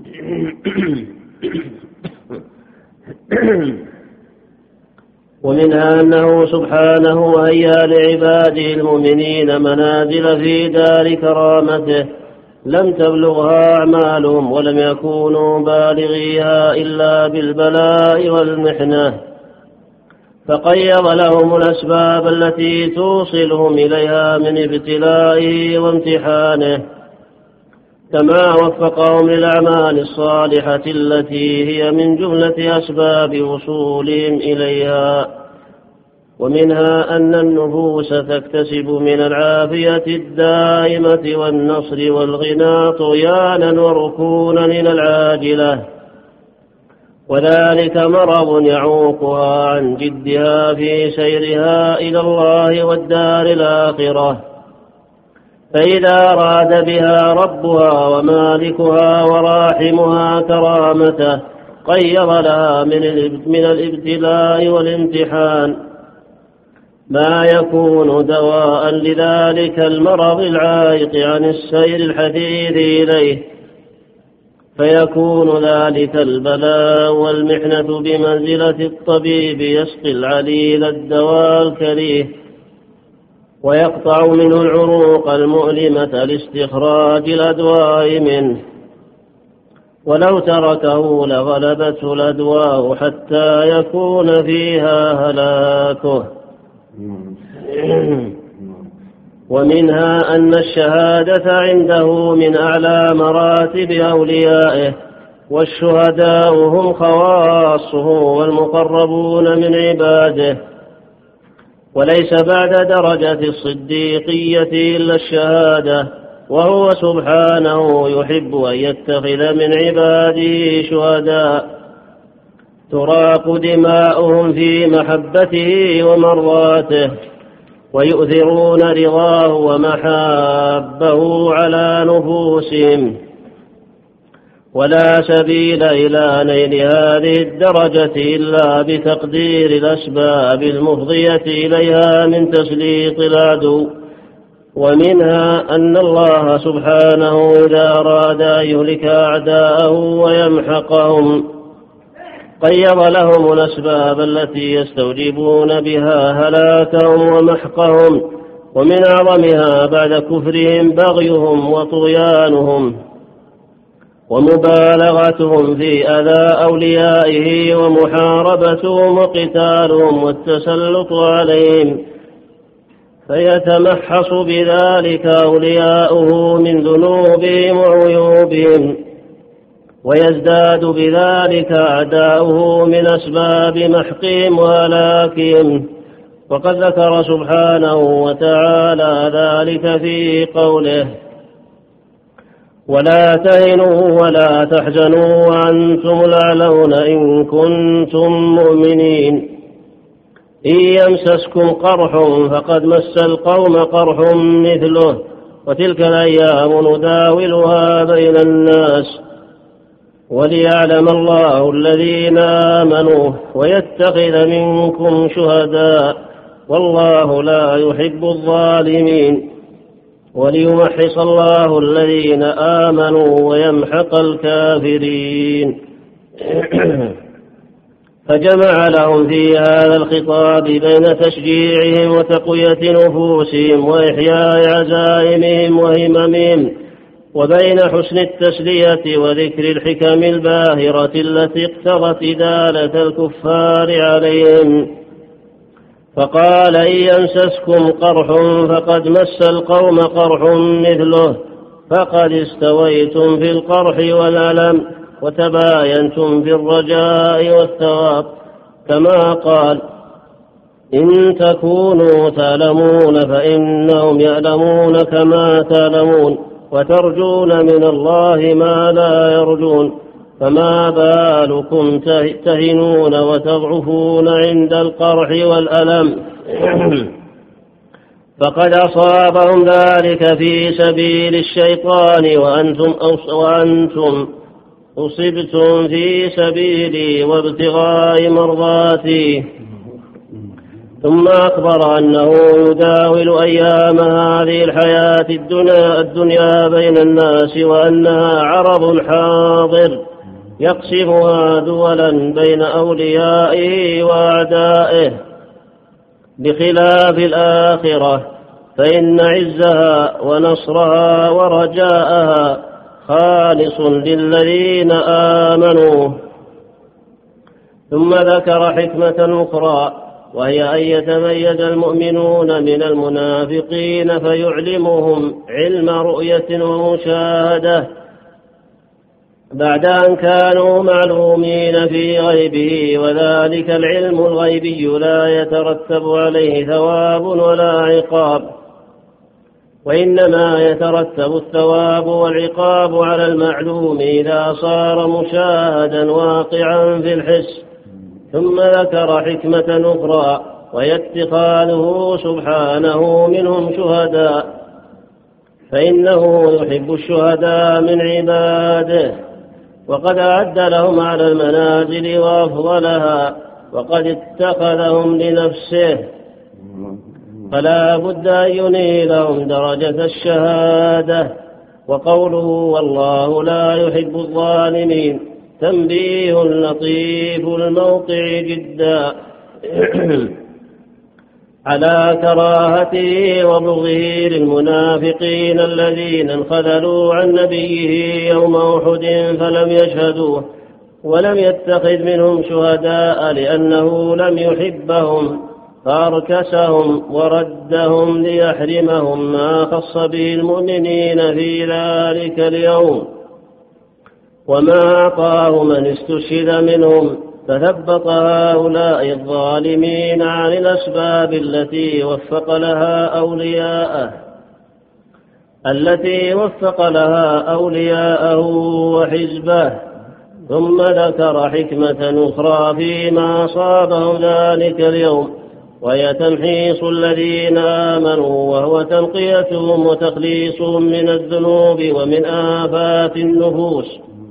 C: ومنها أنه سبحانه هيا لعباده المؤمنين منازل في دار كرامته لم تبلغها أعمالهم ولم يكونوا بالغيها إلا بالبلاء والمحنة، فقيض لهم الأسباب التي توصلهم إليها من ابتلائه وامتحانه، كما وفقهم للأعمال الصالحة التي هي من جملة أسباب وصولهم إليها. ومنها أن النفوس تكتسب من العافية الدائمة والنصر والغنى طغيانا وركونا إلى العاجلة، وذلك مرض يعوقها عن جدها في سيرها إلى الله والدار الآخرة. فإذا أراد بها ربها ومالكها وراحمها كرامته قيض لها من الابتلاء والامتحان ما يكون دواء لذلك المرض العائق عن السير الحثيث إليه، فيكون ذلك البلاء والمحنة بمنزلة الطبيب يسقي العليل الدواء الكريه ويقطع منه العروق المؤلمة لاستخراج الأدواء منه، ولو تركه لغلبته الأدواء حتى يكون فيها هلاكه. ومنها أن الشهادة عنده من أعلى مراتب أوليائه، والشهداء هم خواصه والمقربون من عباده، وليس بعد درجة الصديقية إلا الشهادة، وهو سبحانه يحب أن يتخذ من عباده شهداء تراق دماؤهم في محبته ومرضاته، ويؤثرون رضاه ومحابه على نفوسهم، ولا سبيل إلى نيل هذه الدرجة إلا بتقدير الأسباب المفضية إليها من تسليط العدو. ومنها أن الله سبحانه إذا أراد أن يهلك أعداءه ويمحقهم قيض لهم الأسباب التي يستوجبون بها هلاكهم ومحقهم، ومن أعظمها بعد كفرهم بغيهم وطغيانهم ومبالغتهم في أذى أوليائه ومحاربتهم وقتالهم والتسلط عليهم، فيتمحص بذلك أولياؤه من ذنوبهم وعيوبهم، ويزداد بذلك أعداؤه من أسباب محقهم وهلاكهم. وقد ذكر سبحانه وتعالى ذلك في قوله: ولا تهنوا ولا تحزنوا وأنتم الأعلون إن كنتم مؤمنين. إن يمسسكم قرح فقد مس القوم قرح مثله، وتلك الأيام نداولها بين الناس، وليعلم الله الذين آمنوا ويتخذ منكم شهداء، والله لا يحب الظالمين، وليمحص الله الذين آمنوا ويمحق الكافرين. فجمع لهم في هذا الخطاب بين تشجيعهم وتقوية نفوسهم وإحياء عزائمهم وهممهم، وبين حسن التسلية وذكر الحكم الباهرة التي اقتضت إدالة الكفار عليهم. فقال: إن يمسسكم قرح فقد مس القوم قرح مثله، فقد استويتم في القرح والألم وتباينتم في الرجاء والثواب، كما قال: إن تكونوا تعلمون فإنهم يعلمون كما تعلمون، وترجون من الله ما لا يرجون، فما بالكم تهنون وتضعفون عند القرح والألم. فقد أصابهم ذلك في سبيل الشيطان، وأنتم أصبتم في سبيلي وابتغاء مرضاتي. ثم أخبر أنه يداول أيام هذه الحياة الدنيا بين الناس، وأنها عرض حاضر يقسمها دولا بين أوليائه وأعدائه، بخلاف الآخرة فإن عزها ونصرها ورجاءها خالص للذين آمنوا. ثم ذكر حكمة أخرى، وهي أن يتميز المؤمنون من المنافقين فيعلمهم علم رؤية ومشاهدة بعد أن كانوا معلومين في غيبه، وذلك العلم الغيبي لا يترتب عليه ثواب ولا عقاب، وإنما يترتب الثواب والعقاب على المعلوم إذا صار مشاهدا واقعا في الحس. ثم ذكر حكمة أخرى، وهي اتخاذه سبحانه منهم شهداء، فإنه يحب الشهداء من عباده، وقد أعد لهم على المنازل وأفضلها، وقد اتخذهم لنفسه، فلا بد أن ينيلهم درجة الشهادة، وقوله والله لا يحب الظالمين تنبيه لطيف الموقع جدا على كراهته وبغضه للمنافقين الذين انخذلوا عن نبيه يوم أحد فلم يشهدوه ولم يتخذ منهم شهداء لأنه لم يحبهم فاركسهم وردهم ليحرمهم ما خص به المؤمنين في ذلك اليوم وما أعطاه من استشهد منهم فثبط هؤلاء الظالمين عن الأسباب التي وفق لها أولياءه وحزبه. ثم ذكر حكمة أخرى فيما أصابهم ذلك اليوم وهي تمحيص الذين آمنوا وهو تنقيتهم وتخليصهم من الذنوب ومن آفات النفوس.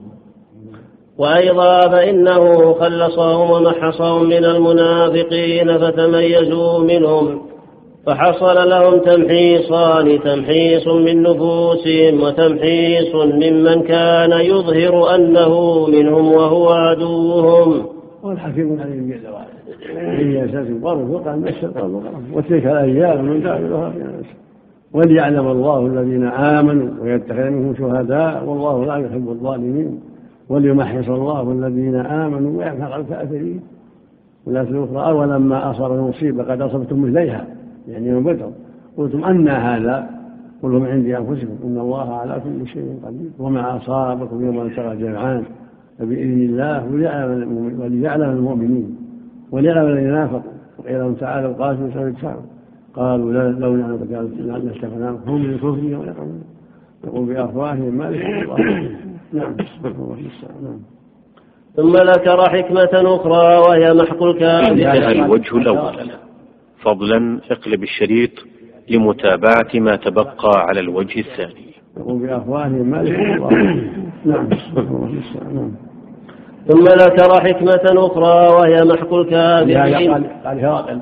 C: وأيضا فإنه خلصهم ومحصهم من المنافقين فتميزوا منهم فحصل لهم تمحيصان تمحيص من نفوسهم وتمحيص ممن كان يظهر أنه منهم وهو عدوهم.
D: والحكيم عليهم جل وعلا هي أساس القرب وقع المشر وتلك الأيام من دعوها في الناس وليعلم الله الذين آمنوا ويتخذ منهم شهداء والله لا يحب الظالمين وليمحص الله الذين آمنوا ويمحق الكافرين. والآية الأخرى أولما أصابكم مصيبة قد أصبتم مثليها يعني يوم بدر قلتم أن هذا قل من عند أنفسكم إن الله على كل شيء قدير وما أصابكم يوم التقى الجمعان فبإذن الله وليعلم المؤمنين وليعلم الذين نافقوا. وقيل لهم تعالوا قاتلوا سبيل قالوا لو نعلم قتال لاستغفرناهم هم من كفرهم ويقولون يقول بأفواههم ما لهم الله. نعم.
C: ثم ذكر حكمة أخرى وهي محق الكافر.
A: انتهى الوجه الأول. فضلا اقلب الشريط لمتابعة ما تبقى على الوجه الثاني.
D: يقول بأفواههم ما لهم الله. نعم.
C: ثم ذكر حكمة أخرى وهي محق الكافرين.
D: قال هرقل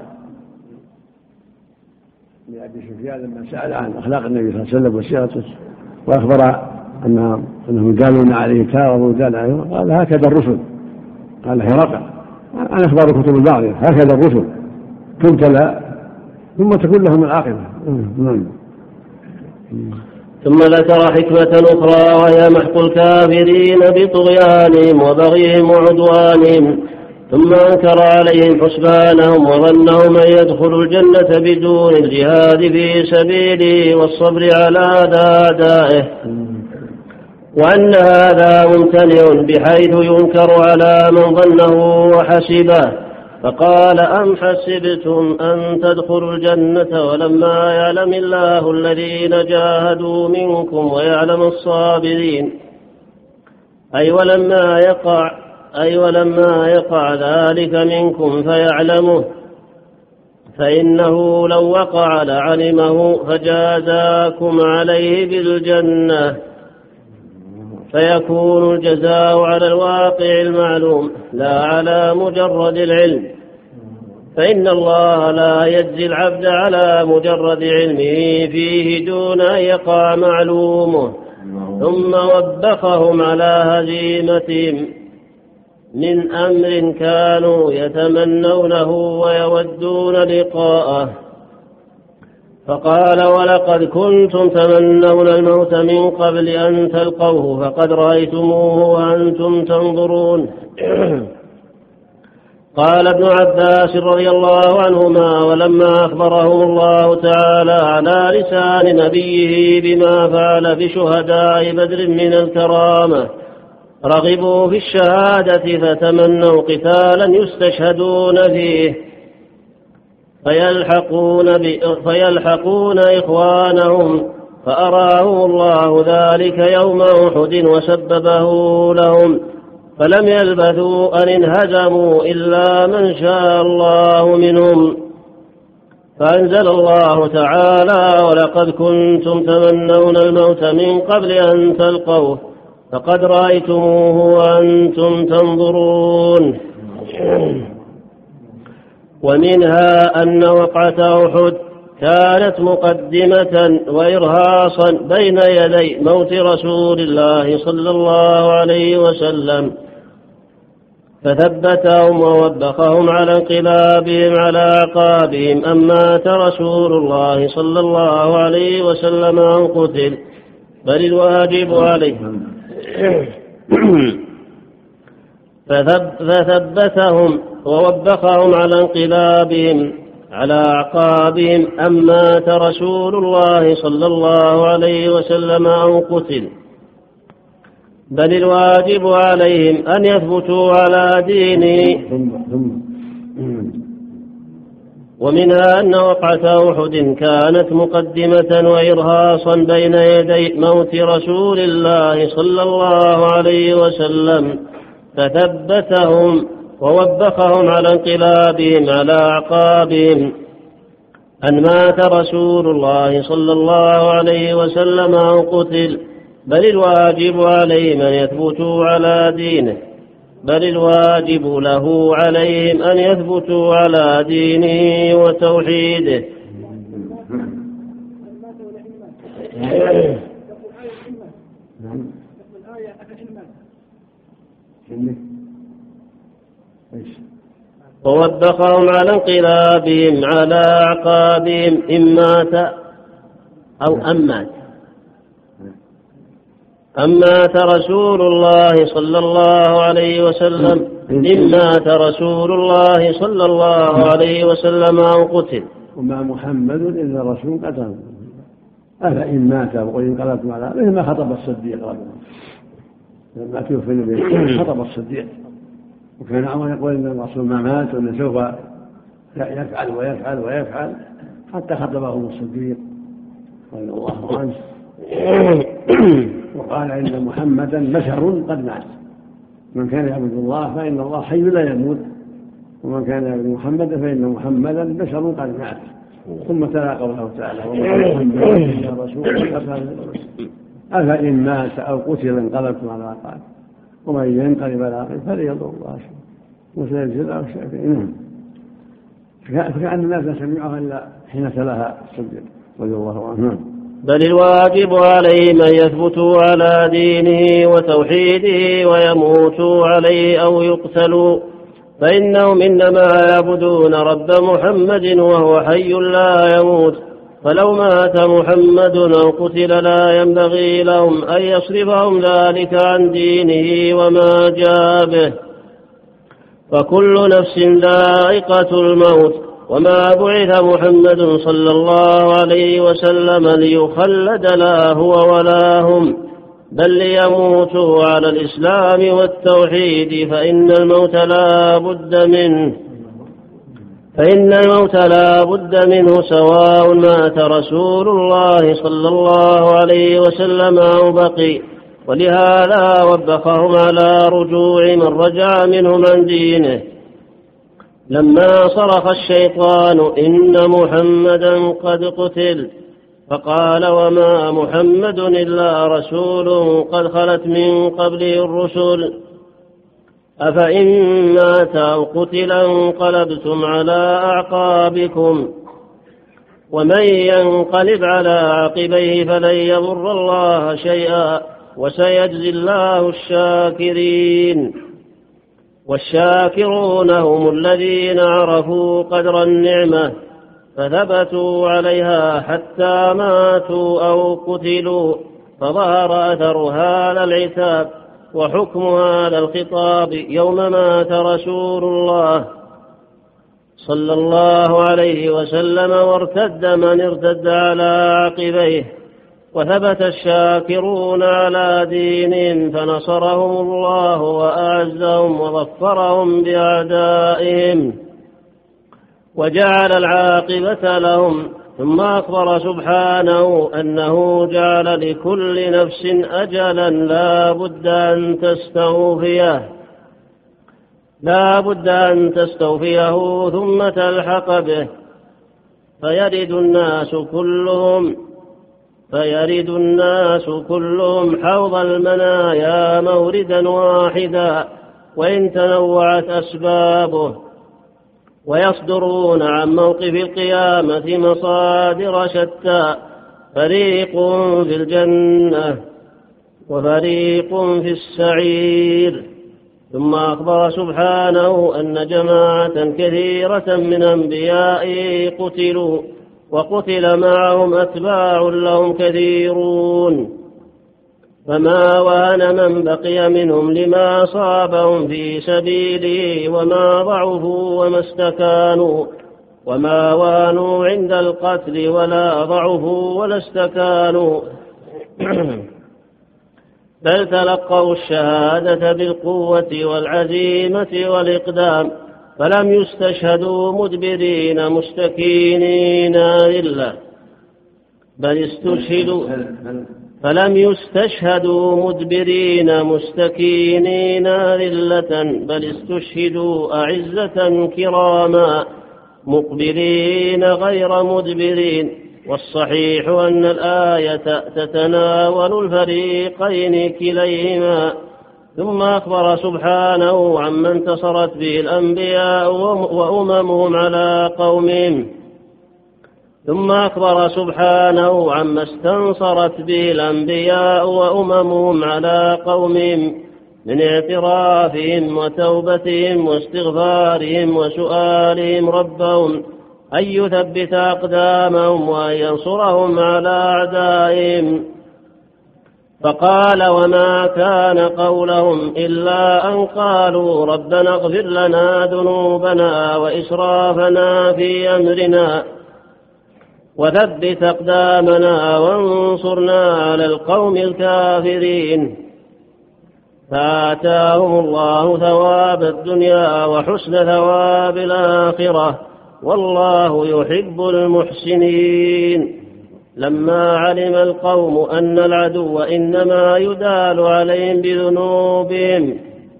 D: لأبي سفيان لما سأل عن أخلاق النبي صلى الله عليه وسلم وسيرته وأخبر أنهم قالوا عليه كاظم وقال عليه قال هكذا الرسل. قال هرقل أنا أخبار كتب البعض هكذا الرسل تبتلى ثم تكون لهم العاقبة.
C: ثم ذكر حكمة أخرى وهي محق الكافرين بطغيانهم وبغيهم وعدوانهم ثم أنكر عليهم حسبانهم وظنهم أن يدخلوا الجنة بدون الجهاد في سبيله والصبر على أعدائه وأن هذا ممتنع بحيث ينكر على من ظنه وحسبه. فقال أم حسبتم أن تدخلوا الجنة ولما يعلم الله الذين جاهدوا منكم ويعلم الصابرين أي ولما يقع ذلك منكم فيعلمه فإنه لو وقع لعلمه فجازاكم عليه بالجنة فيكون الجزاء على الواقع المعلوم لا على مجرد العلم فإن الله لا يجزي العبد على مجرد علمه فيه دون أن يقع معلومه. ثم وبخهم على هزيمتهم من أمر كانوا يتمنونه ويودون لقاءه فقال ولقد كنتم تمنون الموت من قبل أن تلقوه فقد رأيتموه وأنتم تنظرون. قال ابن عباس رضي الله عنهما ولما أخبرهم الله تعالى على لسان نبيه بما فعل بشهداء بدر من الكرامة رغبوا في الشهادة فتمنوا قتالا يستشهدون فيه فيلحقون إخوانهم فأراه الله ذلك يوم أحد وسببه لهم فلم يلبثوا أن انهزموا إلا من شاء الله منهم فأنزل الله تعالى ولقد كنتم تمنون الموت من قبل أن تلقوه فقد رأيتموه وأنتم تنظرون. ومنها أن وقعة أحد كانت مقدمة وإرهاصا بين يدي موت رسول الله صلى الله عليه وسلم، فثبتهم ووبخهم على انقلابهم على أعقابهم أن مات رسول الله صلى الله عليه وسلم أن قتل، بل الواجب عليهم فثبتهم ووبخهم على انقلابهم على أعقابهم أن مات رسول الله صلى الله عليه وسلم أن قتل، بل الواجب عليهم أن يثبتوا على دينه. ومنها أن وقعة أحد كانت مقدمة وإرهاصا بين يدي موت رسول الله صلى الله عليه وسلم، فثبتهم ووبخهم على انقلابهم على أعقابهم أن مات رسول الله صلى الله عليه وسلم أن قتل، بل الواجب عليهم أن يثبتوا على دينه، بل الواجب له عليهم أن يثبتوا على دينه وتوحيده. ووبخهم على انقلابهم على أعقابهم إن مات أو أن مات رسول الله صلى الله عليه وسلم، إن مات رسول الله صلى الله عليه وسلم أن قتل.
D: وما محمد إلا رسول قد أفإن مات وإن انقلبتم على مثل ما خطب الصديق لما توفي النبي خطب الصديق، وكان عمر يقول إن الرسول ما مات وإنه سوف يفعل ويفعل ويفعل حتى خطبه الصديق رضي الله عنه، وقال إن محمدا بشر قد مات، من كان يعبد الله فإن الله حي لا يموت، ومن كان يعبد محمدا فإن محمدا بشر قد مات. ثم تلا قوله تعالى وما محمد إلا رسول أفإن مات أو قتل انقلبتم على أعقابكم ومن ينقلب على عقبه فليضر الله وسيجزي الله الشاكرين. فكأن الناس لا سمعوها إلا حين تلاها الصديق رضي الله عنه.
C: بل الواجب عليهم أن يثبتوا على دينه وتوحيده ويموتوا عليه أو يقتلوا، فإنهم إنما يعبدون رب محمد وهو حي لا يموت، فلو مات محمد أو قتل لا ينبغي لهم أن يصرفهم ذلك عن دينه وما جاء به، فكل نفس ذائقة الموت، وما بعث محمد صلى الله عليه وسلم ليخلد لا هو ولا هم، بل ليموتوا على الإسلام والتوحيد، فإن الموت لا بد منه سواء مات رسول الله صلى الله عليه وسلم أو بقي. ولهذا وبخهم على رجوع من رجع منهم عن دينه لما صرخ الشيطان إن محمدا قد قتل، فقال وما محمد إلا رسول قد خلت من قبله الرسل، أفإن مات أو قتل انقلبتم على أعقابكم، ومن ينقلب على عقبيه فلن يضر الله شيئا وسيجزي الله الشاكرين. والشاكرون هم الذين عرفوا قدر النعمة فثبتوا عليها حتى ماتوا أو قتلوا، فظهر أثر هذا العتاب وحكم هذا الخطاب يوم مات رسول الله صلى الله عليه وسلم، وارتد من ارتد على عقبيه، وثبت الشاكرون على دينهم فنصرهم الله وأعزهم وظفرهم بأعدائهم وجعل العاقبة لهم. ثم أخبر سبحانه أنه جعل لكل نفس أجلا لا بد أن تستوفيه ثم تلحق به، فيرد الناس كلهم حوض المنايا موردا واحدا وإن تنوعت أسبابه، ويصدرون عن موقف القيامة مصادر شتى، فريق في الجنة وفريق في السعير. ثم أخبر سبحانه أن جماعة كثيرة من أنبيائه قتلوا، وقتل معهم أتباع لهم كثيرون، فما وهن من بقي منهم لما أصابهم في سبيله، وما ضعفوا وما استكانوا، وما وهنوا عند القتل ولا ضعفوا ولا استكانوا بل تلقوا الشهادة بالقوة والعزيمة والإقدام، فلم يستشهدوا مدبرين مستكينين ذلة، فلم يستشهدوا مدبرين مستكينين ذلة، بل استشهدوا أعزة كراما مقبلين غير مدبرين. والصحيح أن الآية تتناول الفريقين كليهما. ثم أخبر سبحانه عما انتصرت به الأنبياء وأممهم على قومهم، ثم أخبر سبحانه عما استنصرت به الأنبياء وأممهم على قومهم من اعترافهم وتوبتهم واستغفارهم وسؤالهم ربهم أن يثبت أقدامهم وأن ينصرهم على أعدائهم. فقال: وما كان قولهم إلا أن قالوا ربنا اغفر لنا ذنوبنا وإسرافنا في أمرنا وثبت أقدامنا وانصرنا على القوم الكافرين. فآتاهم الله ثواب الدنيا وحسن ثواب الآخرة، والله يحب المحسنين. لما علم القوم أن العدو إنما يدال عليهم بذنوبهم،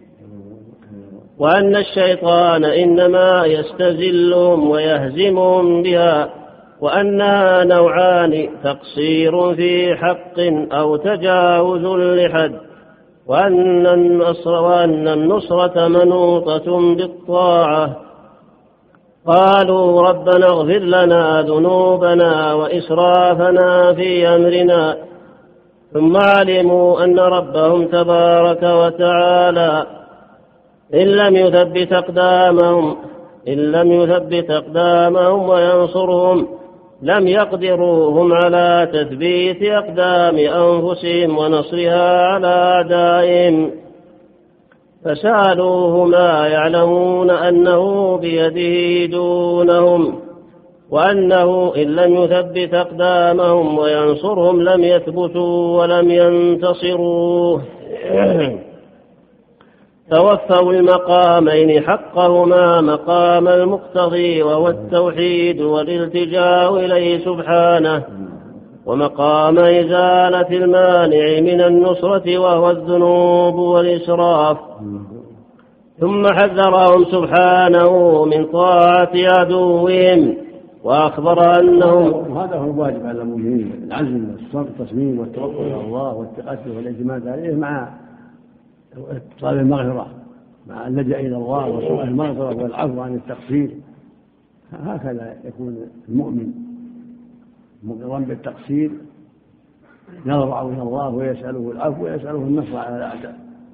C: وأن الشيطان إنما يستزلهم ويهزمهم بها، وأنها نوعان: تقصير في حق أو تجاوز لحد، وأن النصرة منوطة بالطاعة، قالوا ربنا اغفر لنا ذنوبنا وإسرافنا في أمرنا. ثم علموا أن ربهم تبارك وتعالى إن لم يثبت أقدامهم وينصرهم لم يقدروهم على تثبيت أقدام أنفسهم ونصرها على أعدائهم، فسألوه ما يعلمون أنه بيده دونهم، وأنه إن لم يثبت أقدامهم وينصرهم لم يثبتوا ولم ينتصروا. توفوا المقامين حقهما: مقام المقتضي وهو التوحيد والالتجاء إليه سبحانه، ومقام إزالة المانع من النصرة وهو الذنوب والإسراف. ثم حذرهم سبحانه من طاعة عدوهم، وأخبر أنهم
D: هذا هو الواجب على المؤمنين: العزم والتصميم والتوكل على الله والتأسف والاعتماد عليه مع طلب المغفرة، مع اللجأ إلى الله وسؤال المغفرة والعفو عن التقصير. هكذا يكون المؤمن مقرا بالتقصير، يضرع إلى الله ويسأله العفو ويسأله النصر على الأعداء.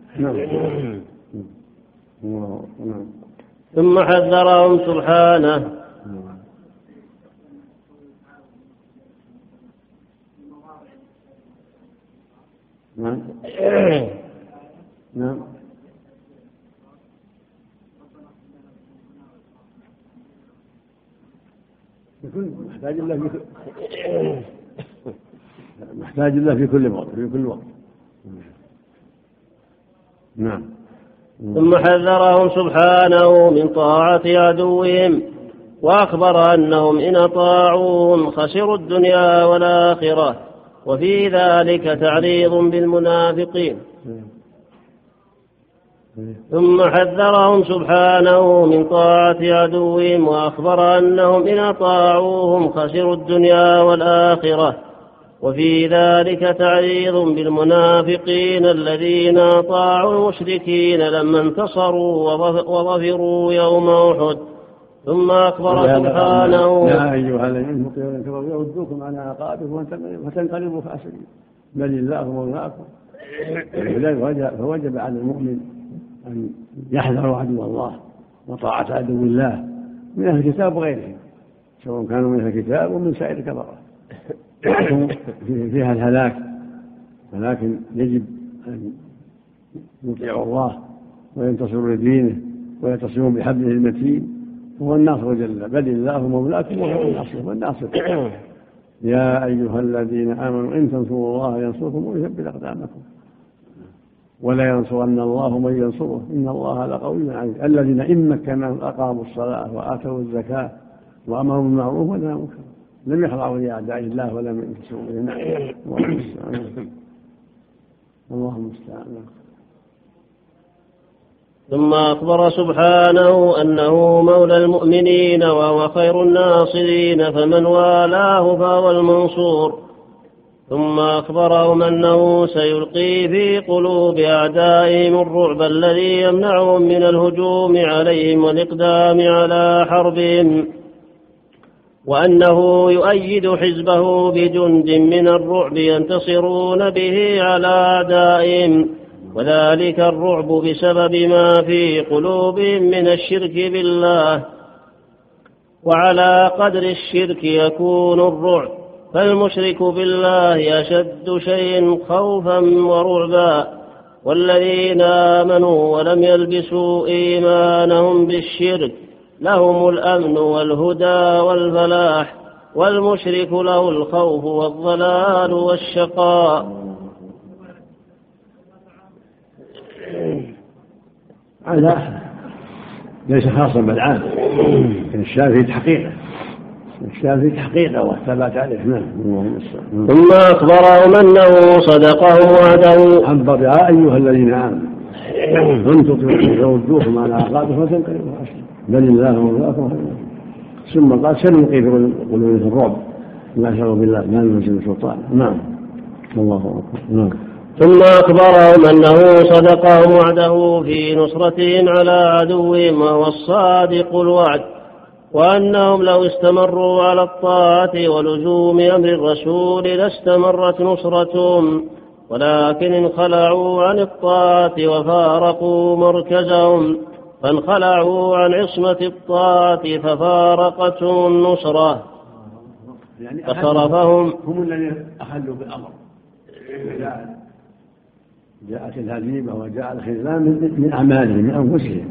C: ثم حذرهم سبحانه
D: نعم محتاج الله في كل وقت. نعم.
C: ثم حذرهم سبحانه من طاعة عدوهم، وأخبر أنهم إن أطاعوهم خسروا الدنيا والآخرة، وفي ذلك تعريض بالمنافقين. ثم حذرهم سبحانه من طاعة عدوهم، وأخبر أنهم إن أطاعوهم خسروا الدنيا والآخرة، وفي ذلك تعريض بالمنافقين الذين أطاعوا المشركين لما انتصروا وظفروا يوم أحد، ثم أخبر سبحانه
D: يا أيها الذين كفروا يردوكم على أعقابكم فتنقلبوا خاسرين بل الله مولاكم. فوجب على المؤمن أن يحذر عدو الله وطاعة عدو الله من أهل الكتاب وغيرهم، سواء كانوا من أهل الكتاب ومن سائر الكفرة فيها الهلاك، ولكن يجب أن يطيعوا الله وينتصروا لدينه ويتصلون بحبله المتين، هو الناصر جل، بل الله مولاكم وهو الناصر. يا أيها الذين آمنوا إن تنصروا الله ينصركم ويثبت أقدامكم ولا ينصرن الله من ينصره إن الله لقوي عزيز. الذين إن مكناهم أقاموا الصلاة وآتوا الزكاة وأمروا بالمعروف ونهوا عن المنكر لم يخضعوا لأعداء الله ولم ينتصروا إليه. الله المستعان.
C: ثم أخبر سبحانه أنه مولى المؤمنين وهو خير الناصرين، فمن والاه فهو المنصور. ثم أخبرهم أنه سيلقي في قلوب أعدائهم الرعب الذي يمنعهم من الهجوم عليهم والإقدام على حربهم، وأنه يؤيد حزبه بجند من الرعب ينتصرون به على أعدائهم، وذلك الرعب بسبب ما في قلوبهم من الشرك بالله، وعلى قدر الشرك يكون الرعب، فالمشرك بالله أشد شيء خوفا ورعبا، والذين آمنوا ولم يلبسوا إيمانهم بالشرك لهم الأمن والهدى والفلاح، والمشرك له الخوف والضلال والشقاء.
D: هذا ليس خاصا بالعام، الشافعي تحقيقه والثبات عليه.
C: ثم أخبرهم أنه صدقهم وعده.
D: عبر يا أيها الذين آمنوا إن تطيعوا يردوكم على أعقابكم فتنقلبوا خاسرين بل الله مولاكم. ثم قال سنلقي في قلوبهم الرعب ما شروا بالله ما ننزل سلطان. نعم الله أكبر. نعم.
C: ثم أخبرهم أنه صدقهم وعده في نصرتهم على عدوهم وهو الصادق الوعد، وأنهم لو استمروا على الطاعة ولزوم أمر الرسول لاستمرت نصرتهم، ولكن انخلعوا عن الطاعة وفارقوا مركزهم، فانخلعوا عن عصمة الطاعة ففارقتهم النصرة فصرفهم.
D: هم الذين أخلوا بالأمر، جاءت الهزيمة وجاء الخذلان من أعمالهم من أنفسهم،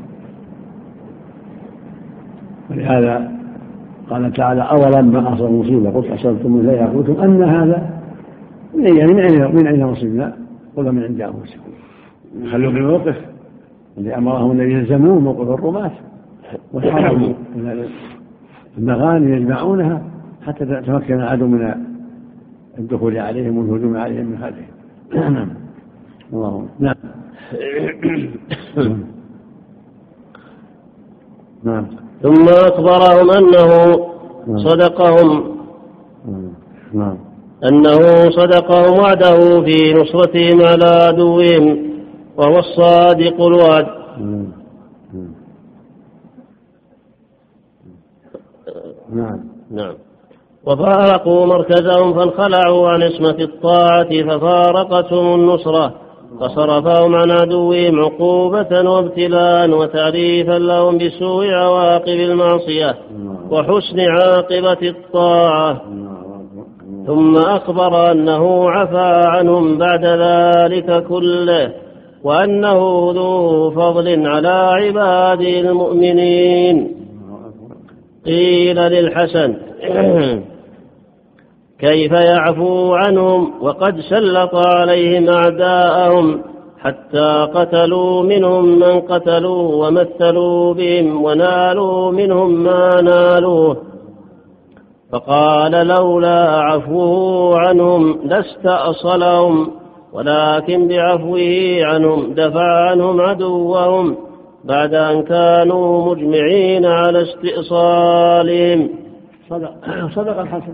D: ولهذا قال تعالى أولما أصاب مصيبة قلت أصبتم من لا قلتم أن هذا من أين مصيبنا قل من عند أنفسكم. خلوا بالموقف الذي أمرهم الذي يلزموه موقف الرماة وحرموا المغانم يجمعونها حتى تمكن العدو من الدخول عليهم والهجوم عليهم من خلفهم. اللهم نعم.
C: نعم. ثم أخبرهم أنه صدقهم وعده في نصرتهم على عدوهم وهو الصادق الوعد. نعم. وفارقوا مركزهم فانخلعوا عن عصمة الطاعة ففارقتهم النصرة، فصرفهم عن عدوهم عقوبة وابتلاء وتعريفا لهم بسوء عواقب المعصية وحسن عاقبة الطاعة. ثم أخبر أنه عفا عنهم بعد ذلك كله، وأنه ذو فضل على عباده المؤمنين. قيل للحسن كيف يعفو عنهم وقد سلط عليهم أعداءهم حتى قتلوا منهم من قتلوا ومثلوا بهم ونالوا منهم ما نالوه؟ فقال لولا عفوه عنهم لاستأصلهم، ولكن بعفوه عنهم دفع عنهم عدوهم بعد أن كانوا مجمعين على استئصالهم.
D: صدق الحسن.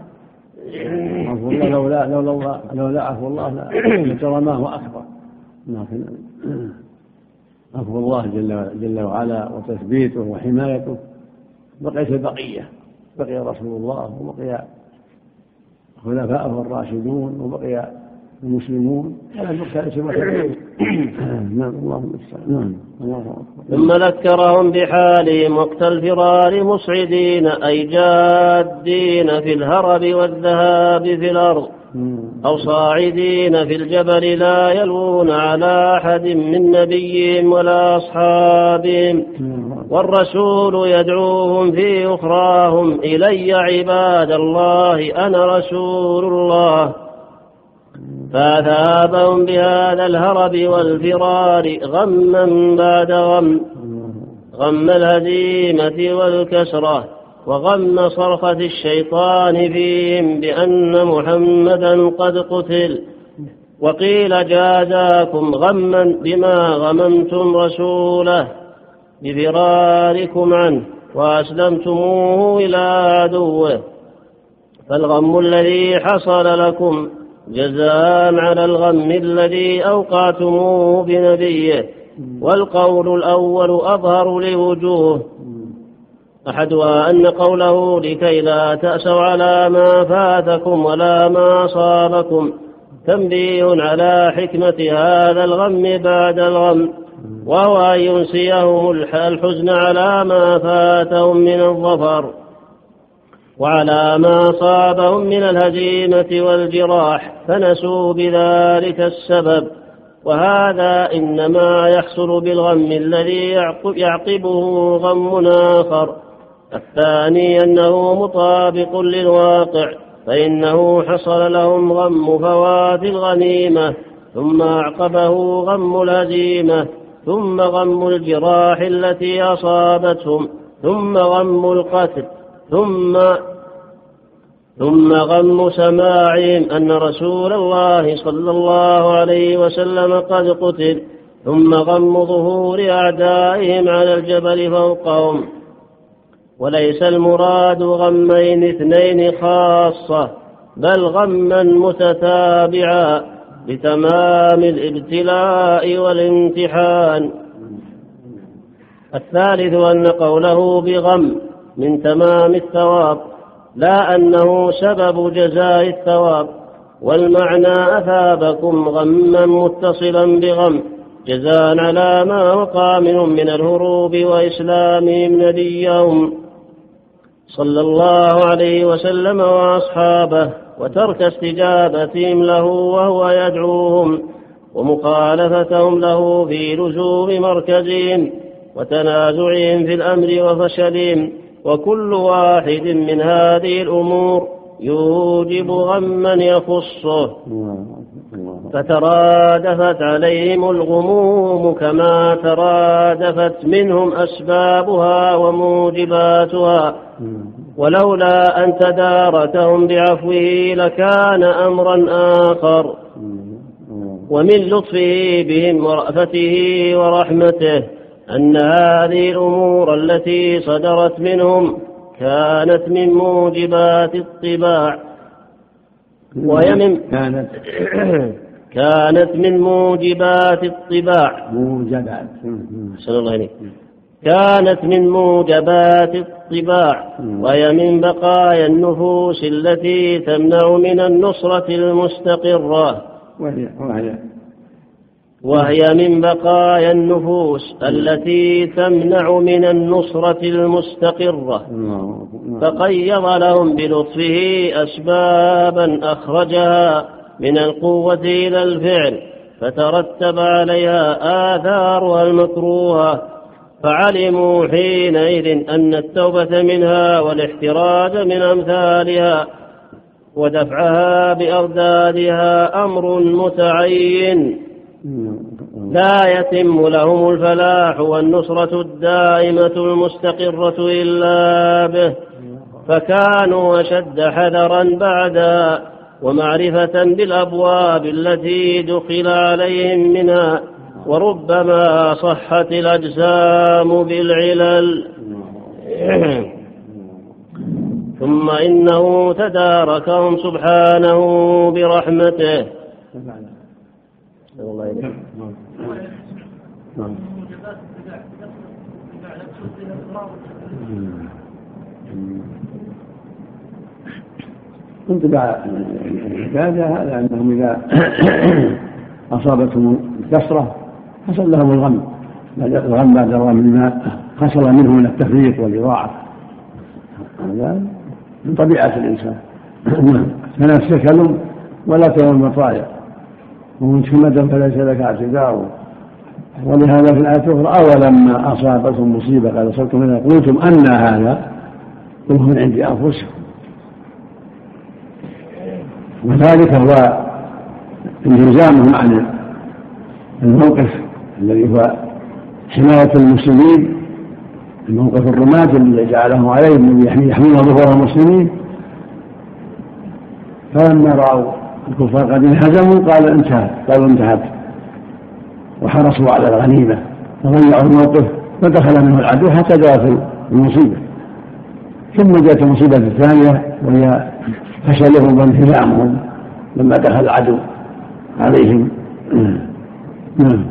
D: لولا عفو الله لترى ما هو أكبر، لكن عفو الله جل وعلا وتثبيته وحمايته بقيت البقية، بقي رسول الله وبقي خلفاءه الراشدون وبقي المسلمون على المختلف. نعم اللهم استعان.
C: ثم ذكرهم بحالهم وقت الفرار مصعدين أي جادين في الهرب والذهاب في الأرض، أو صاعدين في الجبل لا يلوون على أحد من نبيهم ولا أصحابهم، والرسول يدعوهم في أخراهم إلي عباد الله أنا رسول الله. فأثابهم بهذا الهرب والفرار غما بعد غم، غم الهزيمة والكسرة، وغم صرخة الشيطان فيهم بأن محمدا قد قتل. وقيل جازاكم غما بما غممتم رسوله بفراركم عنه وأسلمتموه إلى عدوه، فالغم الذي حصل لكم جزاء على الغم الذي أوقعتموه بنبيه. والقول الأول أظهر لوجوه، أحدها أن قوله لكي لا تأسوا على ما فاتكم ولا ما أصابكم تنبيه على حكمة هذا الغم بعد الغم، وهو أن ينسيهم الحزن على ما فاتهم من الظفر وعلى ما أصابهم من الهزيمة والجراح، فنسوا بذلك السبب. وهذا إنما يحصل بالغم الذي يعقبه غم آخر. الثاني أنه مطابق للواقع، فإنه حصل لهم غم فوات الغنيمة، ثم أعقبه غم الهزيمة، ثم غم الجراح التي أصابتهم، ثم غم القتل، ثم غم سماعهم أن رسول الله صلى الله عليه وسلم قد قتل، ثم غم ظهور أعدائهم على الجبل فوقهم. وليس المراد غمين اثنين خاصة، بل غما متتابعا لتمام الابتلاء والامتحان. الثالث أن قوله بغم من تمام الثواب، لا أنه سبب جزاء الثواب، والمعنى أثابكم غما متصلا بغم جزاء على ما وقع منهم من الهروب وإسلامهم نبيهم صلى الله عليه وسلم وأصحابه، وترك استجابتهم له وهو يدعوهم، ومخالفتهم له في لزوم مركزهم وتنازعهم في الأمر وفشلهم. وكل واحد من هذه الأمور يوجب غما يخصه، فترادفت عليهم الغموم كما ترادفت منهم أسبابها وموجباتها، ولولا أن تداركهم بعفوه لكان أمرا آخر. ومن لطفه بهم ورأفته ورحمته أن هذه الأمور التي صدرت منهم كانت من موجبات الطباع، كانت من موجبات الطباع، كانت من موجبات الطباع، وهي من بقايا النفوس التي تمنع من النصرة المستقرة، وهي من بقايا النفوس التي تمنع من النصرة المستقرة. فقيض لهم بلطفه أسبابا أخرجها من القوة إلى الفعل، فترتب عليها آثارها المكروهة، فعلموا حينئذ أن التوبة منها والاحتراز من أمثالها ودفعها بأردادها أمر متعين لا يتم لهم الفلاح والنصرة الدائمة المستقرة إلا به، فكانوا أشد حذرا بعدا ومعرفة بالأبواب التي دخل عليهم منها، وربما صحت الأجسام بالعلل. ثم إنه تداركهم سبحانه برحمته.
D: انطباع العبادة هذا أنهم إذا أصابتهم الكسرة حصل لهم الغم بعد الغم لما حصل منهم من التفريط والإضاعة، هذا من طبيعة الإنسان. فنفس الكلم ولا تهم المطايا ومن شمدا فليس لك اعتذار. ولهذا في الآية الأخرى أولما أصابتهم مصيبة قد أصبتم منها قلتم أن هذا قل من عند أنفسكم. وذلك هو انهزامهم عن الموقف الذي هو حماية المسلمين، الموقف الرماد الذي جعله عليهم يحمون ظهور المسلمين. فلما رأوا الكفار قد انهزموا قالوا انتهت وحرصوا على الغنيمة وضيعوا الموقف فدخل منه العدو حتى جاءت المصيبة. ثم جاءت المصيبة الثانية وهي فشلهم وانهزامهم لما دخل العدو عليهم. نعم.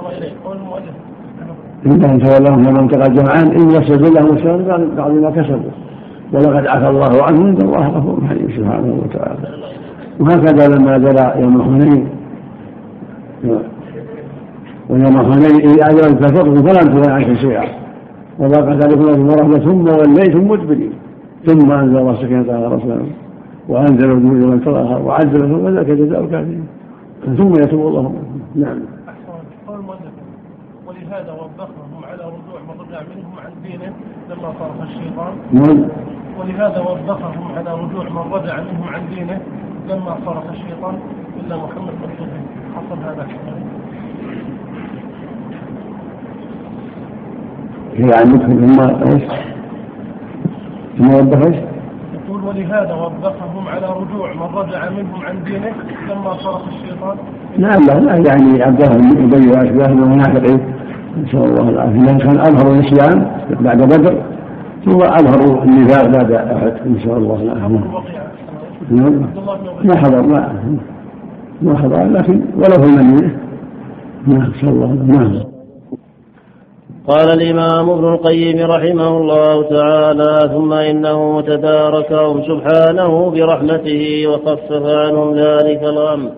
D: إنهم تولوا فما التقى الجمعان إن يفسد لهم الشر بعد ما كسبوا ولقد عفى الله عنهم إن الله غفور حليم سبحانه وتعالى. وهكذا لما جرى يوم حنين ويوم حنين إذ أعجبتك كثرتكم فلم تغن عنكم شيئا وضاقت عليكم الأرض ورحمة ثم وليتم مدبرين ثم أنزل الله سكينته على رسوله وأنزل الجنود من تراها وعزل وذاك جزاء الكافرين ثم يتوب الله. نعم.
E: ولهذا وبخهم على رجوع من رجع منهم عن دينه لما صرف الشيطان. ولهذا وبخهم على رجوع من رجع منهم عن دينه لما صرف الشيطان إلا محمد مكتوبين. حصل هذا
D: هي عندكم ثم وبخ
E: يقول ولهذا وبخهم على رجوع من رجع منهم عن دينه لما صرف الشيطان.
D: نعم لا يعني عبدها يبين أشباه المنافقين نسأل الله العافية. لأن كان أظهروا الإسلام بعد بدر ثم أظهروا النفاق بعد أحد نسأل الله العافية. ما حضر لكن ولو في المدينة نسأل الله. نعم.
C: قال الإمام ابن القيم رحمه الله تعالى ثم إنه تداركهم سبحانه برحمته وخفف عنهم ذلك الغم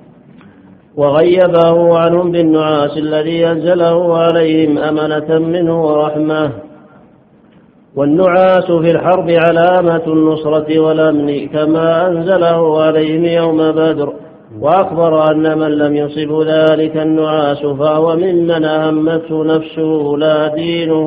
C: وغيبه عنهم بالنعاس الذي أنزله عليهم أمنة منه ورحمة. والنعاس في الحرب علامة النصرة والأمن كما أنزله عليهم يوم بدر. وأخبر أن من لم يصب ذلك النعاس فهو ممن أهمته نفسه لا دينه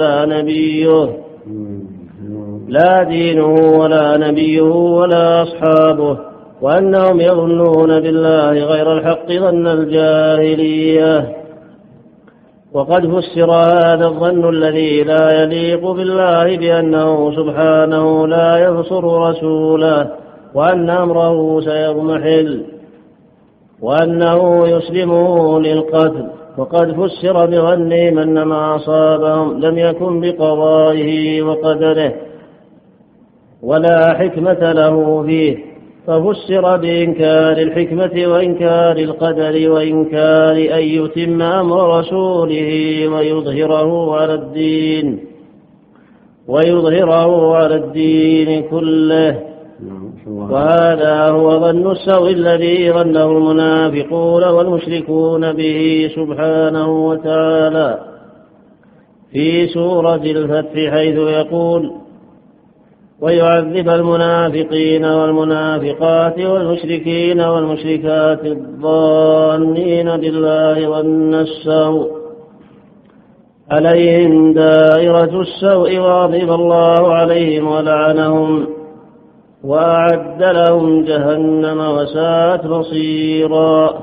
C: ولا نبيه ولا أصحابه وأنهم يظنون بالله غير الحق ظن الجاهلية. وقد فسر هذا الظن الذي لا يليق بالله بأنه سبحانه لا ينصر رسوله وأن أمره سيضمحل وأنه يسلمه للقتل. وقد فسر بظنهم أن ما أصابهم لم يكن بقضائه وقدره ولا حكمة له فيه ففسر بإنكار الحكمة وإنكار القدر وإنكار أن يتم أمر رسوله ويظهره على الدين كله. وهذا هو ظن السوء الذي ظنه المنافقون والمشركون به سبحانه وتعالى في سورة الفتح حيث يقول ويعذب المنافقين والمنافقات والمشركين والمشركات الظانين بالله ظن السوء عليهم دائرة السوء وغضب الله عليهم ولعنهم وأعد لهم جهنم وساءت مصيرا.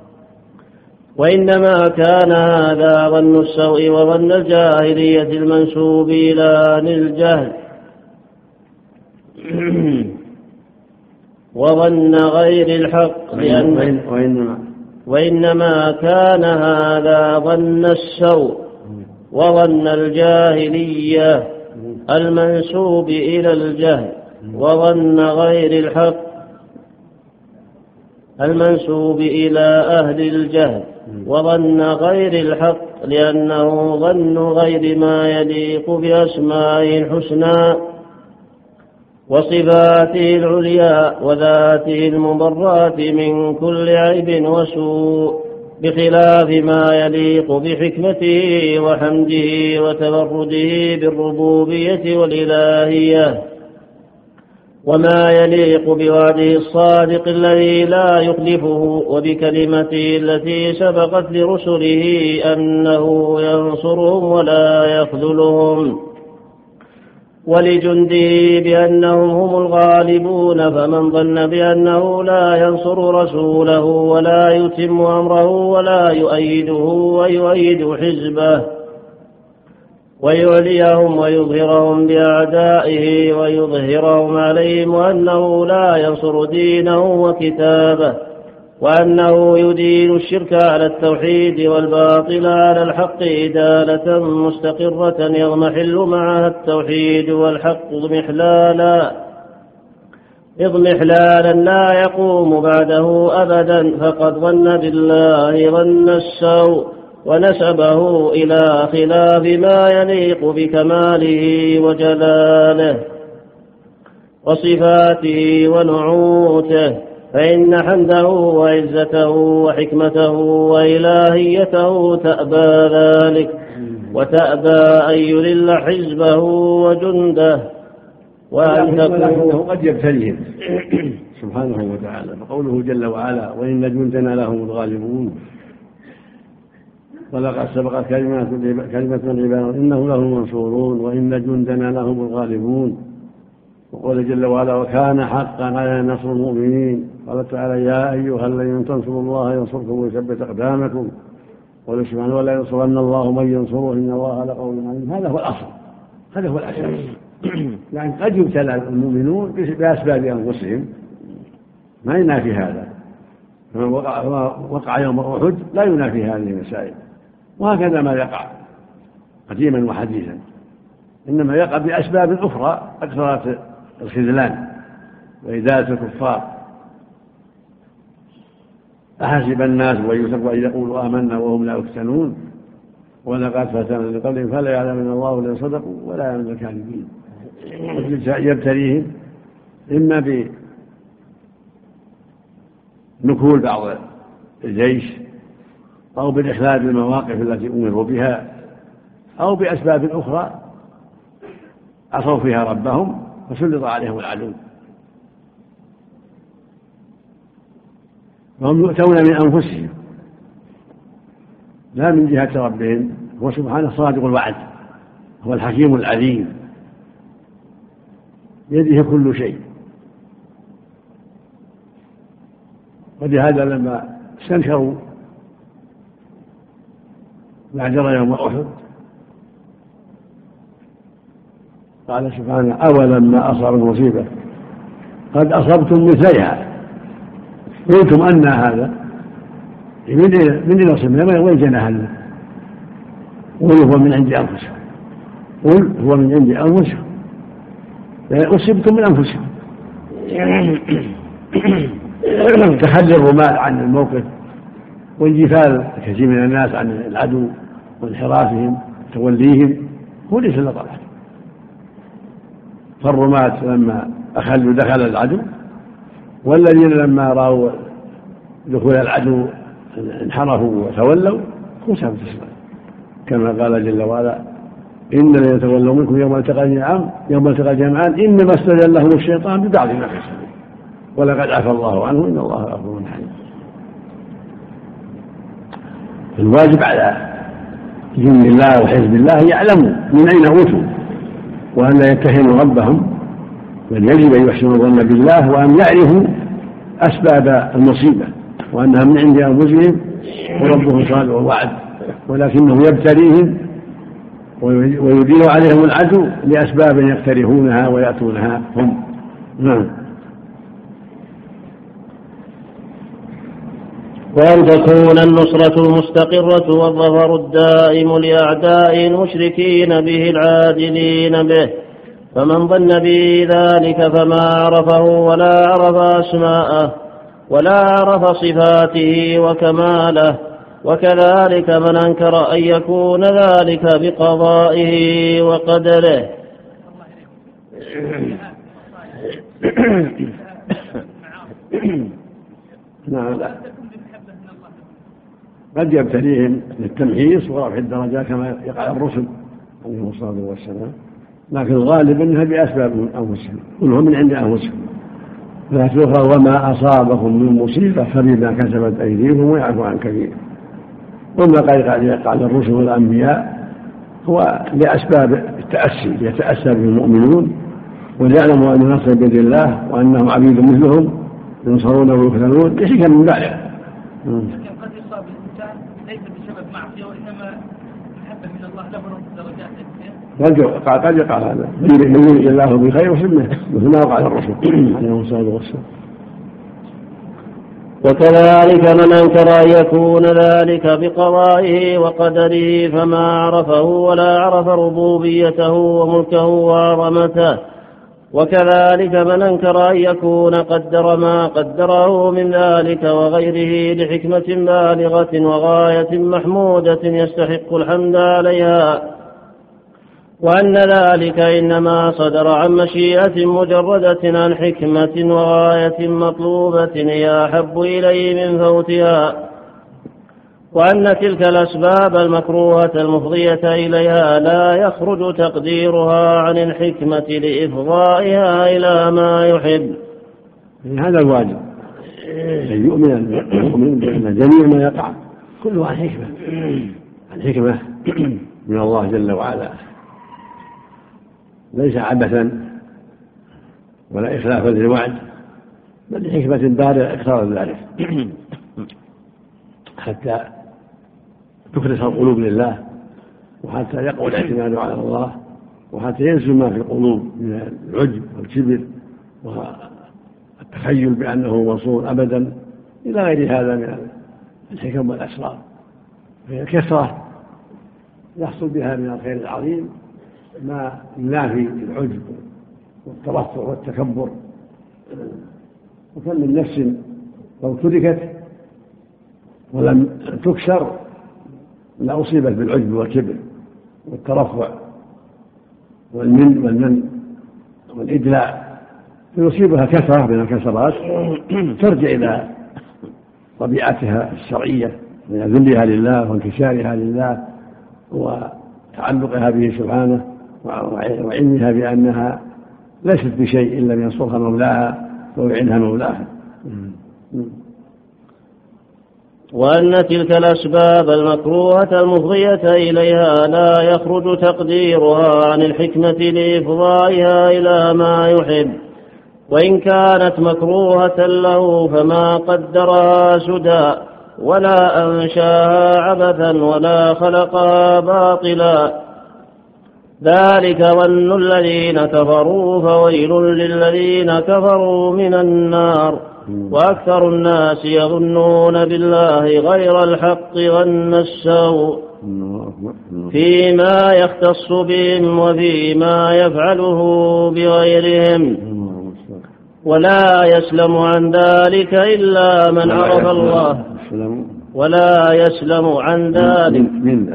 C: وإنما كان هذا ظن السوء وظن الجاهلية المنسوب إلى الجهل وظن غير الحق وإنما كان هذا ظن السوء وظن الجاهلية المنسوب إلى الجهل وظن غير الحق المنسوب إلى أهل الجهل وظن غير الحق لأنه ظن غير ما يليق بأسمائه الحسنى وصفاته العليا وذاته المبرات من كل عيب وسوء، بخلاف ما يليق بحكمته وحمده وتفرده بالربوبية والإلهية، وما يليق بوعده الصادق الذي لا يخلفه، وبكلمته التي سبقت لرسله أنه ينصرهم ولا يخذلهم، ولجنده بأنهم هم الغالبون. فمن ظن بأنه لا ينصر رسوله ولا يتم أمره ولا يؤيده ويؤيد حزبه ويوليهم ويظهرهم بأعدائه ويظهرهم عليهم، وأنه لا ينصر دينه وكتابه، وأنه يدين الشرك على التوحيد والباطل على الحق إدالة مستقرة يضمحل معها التوحيد والحق إضمحلالا لا يقوم بعده أبدا، فقد ظن بالله ظن السوء ونسبه إلى خلاف ما يليق بكماله وجلاله وصفاته ونعوته، فإن حمده وعزته وحكمته وإلهيته تأبى ذلك، وتأبى أن يذل حزبه وجنده، وأن تكون
D: قد يبتليهم سبحانه وتعالى. فقوله جل وعلا: وإن جندنا لهم الغالبون، ولقد سبقت كلمة العباد إنه لهم المنصورون، وإن جندنا لهم الغالبون. وقال جل وعلا: وكان حقا على نصر المؤمنين. قال تعالى: يا أيها الذين تنصروا الله ينصركم ويثبت أقدامكم. قال سبحانه: ولا ينصرن الله من ينصره إن الله لقوي عزيز. هذا هو الأصل، هذا هو الأساس. يعني قد يبتلى المؤمنون بأسباب أنفسهم، ما ينافي هذا، فمن وقع يوم أحد لا ينافي هذه المسائل، وهكذا ما يقع قديما وحديثا، إنما يقع بأسباب أخرى أكثرت الخذلان وإدالة الكفار. أحسب الناس وأن يقولوا آمنا وهم لا يفتنون، ولقد فتنا لقبلهم فلا يعلمن الله الذين صدقوا ولا يعلمن الكاذبين. يبتليهم إما بنكول بعض الجيش، أو بالإخلال بالمواقف التي أمروا بها، أو بأسباب أخرى عصوا فيها ربهم فسلط عليهم العدو. وهم يؤتون من أنفسهم لا من جهة ربهم. هو سبحانه صادق الوعد، هو الحكيم العليم، بيده كل شيء. ولهذا لما استنكروا ما جرى يوم أحد قال سبحانه: أولما أصابت مصيبة قد أصبتم مثلها قلتم أن هذا من نصيبنا وين جناها؟ قل هو من عند أنفسكم، قل هو من عند أنفسكم، أصبتم من أنفسكم. تخلي الرمال عن الموقف وانجفال كثير من الناس عن العدو وانحرافهم توليهم هو ليس لطلعه. فالرماة لما أخلوا دخل العدو، والذين لما رأوا دخول العدو انحرفوا وتولوا خسروا تسلم، كما قال جل وعلا: إن الذين تولوا منكم يوم التقى الجمعان إنما استزلهم الشيطان ببعض ما كسبوا ولقد عفى الله عنه إن الله غفور حليم. الواجب على جند الله وحزب الله يعلموا من أين أوتوا، وأن لا يتهموا ربهم، بل يجب أن يحسنوا الظن بالله، وأن يعرفوا أسباب المصيبة وأنها من عند أنفسهم وربهم صادق الوعد، ولكنه يبتليهم ويدير عليهم العدو لأسباب يقترحونها ويأتونها هم. نعم.
C: وأن تكون النصرة المستقرة والظفر الدائم لأعداء المشركين به العادلين به. فمن ظن به ذلك فما عرفه ولا عرف أسماءه ولا عرف صفاته وكماله. وكذلك من أنكر أن يكون ذلك بقضائه وقدره.
D: نعم. قد يبتليهم للتمحيص ورفع الدرجات كما يقع الرسل عليهم الصلاة والسلام، لكن الغالب أنها بأسباب أنفسهم، كلهم من عند أنفسهم. لا تخرج وما أصابهم من مصيبة فبما كسبت أيديهم ويعفو عن كثير. وما قال الرسل والأنبياء هو لأسباب التأسي، يتأسى به المؤمنون وليعلموا أن النصر بيد الله وأنهم عبيد مثلهم ينصرون ويكرمون لشيء من ذلك.
G: قد يصاب الإنسان ليس بسبب معصية وإنما محبة من الله له درجات.
D: قد يقع هذا من يريد الله بخير وسمه مثل ما وقع الرسول عليه الصلاة والسلام.
C: وكذلك من أنكر أن يكون ذلك بقضائه وقدره فما عرفه ولا عرف ربوبيته وملكه وعظمته. وكذلك من أنكر أن يكون قدر ما قدره من ذلك وغيره لحكمة بالغة وغاية محمودة يستحق الحمد عليها، وأن ذلك إنما صدر عن مشيئة مجردة عن حكمة وغاية مطلوبة هي أحب إليه من فوتها، وأن تلك الأسباب المكروهة المفضية إليها لا يخرج تقديرها عن الحكمة لإفضائها إلى ما يحب.
D: هذا الواجب أن يؤمن بأن جميع ما يقع كله عن حكمة من الله جل وعلا، ليس عبثا ولا إخلافا للوعد، بل حكمة بالغة اقتضت ذلك حتى تخلص القلوب لله، وحتى يقوى الاعتماد على الله، وحتى ينزل ما في القلوب من العجب والكبر والتخيل بأنه منصور أبدا إلى غير هذا من الحكم والأسرار. فهي كثرة يحصل بها من الخير العظيم ما ينافي العجب والترفع والتكبر. وكم من نفس لو تركت ولم تكسر لأصيبت بالعجب والكبر والترفع والمن والإدلاء، فيصيبها كثرة من الكسرات ترجع إلى طبيعتها الشرعية من ذلها لله وانكسارها لله وتعلقها به سبحانه وعلمها بأنها ليست بشيء إلا ينصرها مولاها ويعنها مولاها.
C: وأن تلك الأسباب المكروهة المفضية إليها لا يخرج تقديرها عن الحكمة لإفضائها إلى ما يحب، وإن كانت مكروهة له فما قدرها سدى ولا أنشاها عبثا ولا خلقها باطلا. ذلك ظن الذين كفروا فويل للذين كفروا من النار. وأكثر الناس يظنون بالله غير الحق ظن السوء فيما يختص بهم وفيما يفعله بغيرهم، ولا يسلم عن ذلك إلا من عرف الله، ولا يسلم عن ذلك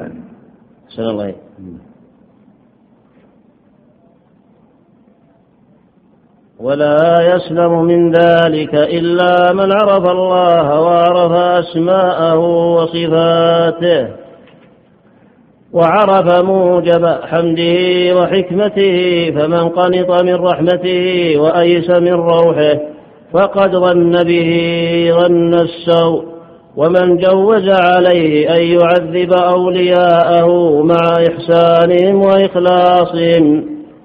C: ولا يسلم من ذلك إلا من عرف الله وعرف أسماءه وصفاته وعرف موجب حمده وحكمته، فمن قنط من رحمته وأيس من روحه فقد ظن به ظن السوء، ومن جوز عليه أن يعذب أولياءه مع إحسانهم وإخلاصهم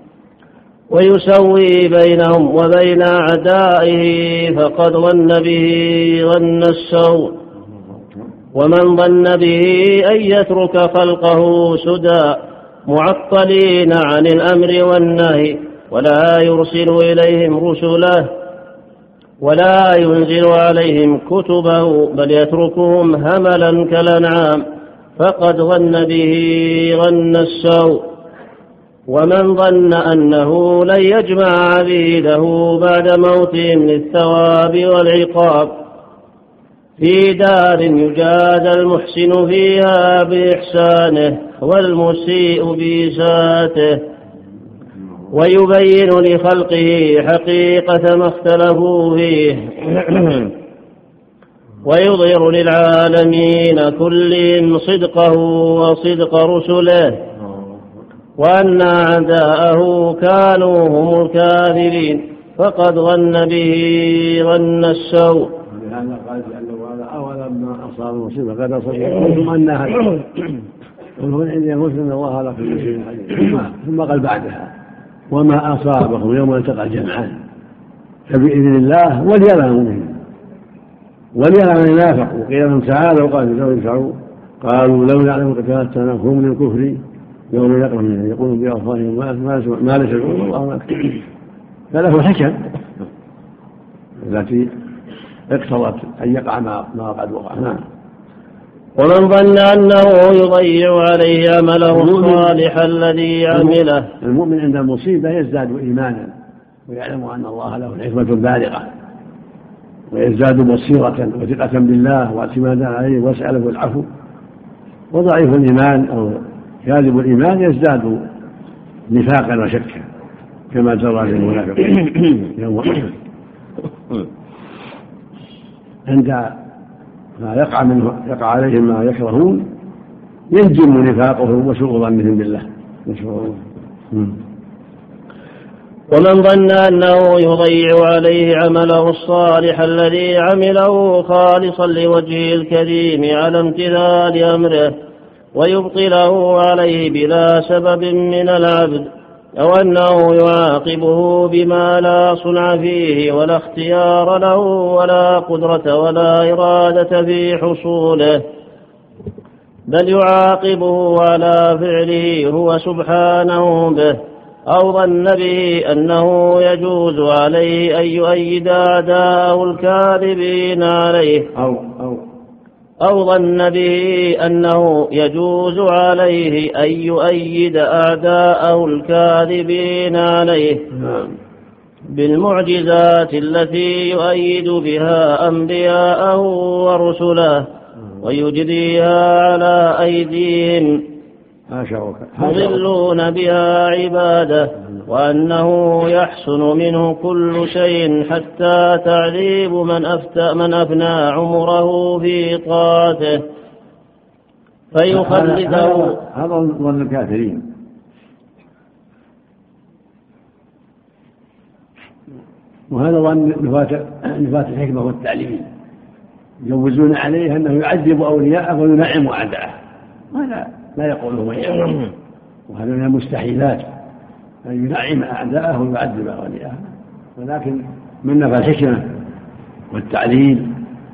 C: ويسوي بينهم وبين أعدائه فقد ظن به ظن السوء، ومن ظن به أن يترك خلقه سدى معطلين عن الأمر والنهي ولا يرسل إليهم رسله ولا ينزل عليهم كتبه بل يتركهم هملا كالأنعام فقد ظن به ظن السوء، ومن ظن أنه لن يجمع عبيده بعد موتهم للثواب والعقاب في دار يجازى المحسن فيها بإحسانه والمسيء بإساءته، ويبين لخلقه حقيقة ما اختلفوا فيه ويظهر للعالمين كلهم صدقه وصدق رسله وأن أعداءه كانوا هم الكاذبين فقد ظن به ظن السوء.
D: لهذا قال جل وعلا أولما أصاب مصيبة قد أصبتم أنها ومن عند مسلم أن الله على كل شيء قدير. ثم قال بعدها وما أصابهم يوم التقى الجمعان فبإذن الله وليعلم المؤمنين وليعلم من نافقوا. وقيل لهم تعالوا قالوا لو ينفعوا قالوا لو نعلم قتالتنا هم للكفر يوم يقرأ يقولون بأفواههم ما ليس يقولون الله ما أكتب. فله حكم التي اقتضت أن يقع ما قد وقع.
C: ومن ظن أنه يضيع عليه عمله الصالح الذي عمله.
D: المؤمن عند المصيبة يزداد إيمانا ويعلم أن الله له الحكمة البالغة ويزداد بصيرة وثقة بالله واعتمادا عليه ويسأله العفو. وضعيف الإيمان أو كاذب الإيمان يزداد نفاقا وشكا كما جرى للمنافقين يوم أحد. عند ما يقع عليهم ما يكرهون ينجم نفاقهم وسوء ظنهم بالله.
C: ومن ظن أنه يضيع عليه عمله الصالح الذي عمله خالصا لوجهه الكريم على امتثال أمره ويبطله عليه بلا سبب من العبد أو أنه يعاقبه بما لا صنع فيه ولا اختيار له ولا قدرة ولا إرادة في حصوله بل يعاقبه على فعله هو سبحانه به أو ظن به أنه يجوز عليه أن يؤيد أعداءه الكاذبين عليه أو ظن به أنه يجوز عليه أن يؤيد أعداءه الكاذبين عليه بالمعجزات التي يؤيد بها أنبياءه ورسله ويجريها على أيديهم يضلون بها عباده وأنه يحسن منه كل شيء حتى تعذيب من أفنى عمره في طاعته فيخلده.
D: هذا ظن الكافرين. وهذا ظن نفاة الحكمة والتعليم يجوزون عليه أنه يعذب أولياءه وينعم أعداءه. هذا لا يقوله من يعلم وهذا من المستحيلات أن ينعم أعداءه ويعذب أولياءه. ولكن من نفى الحكمة والتعليل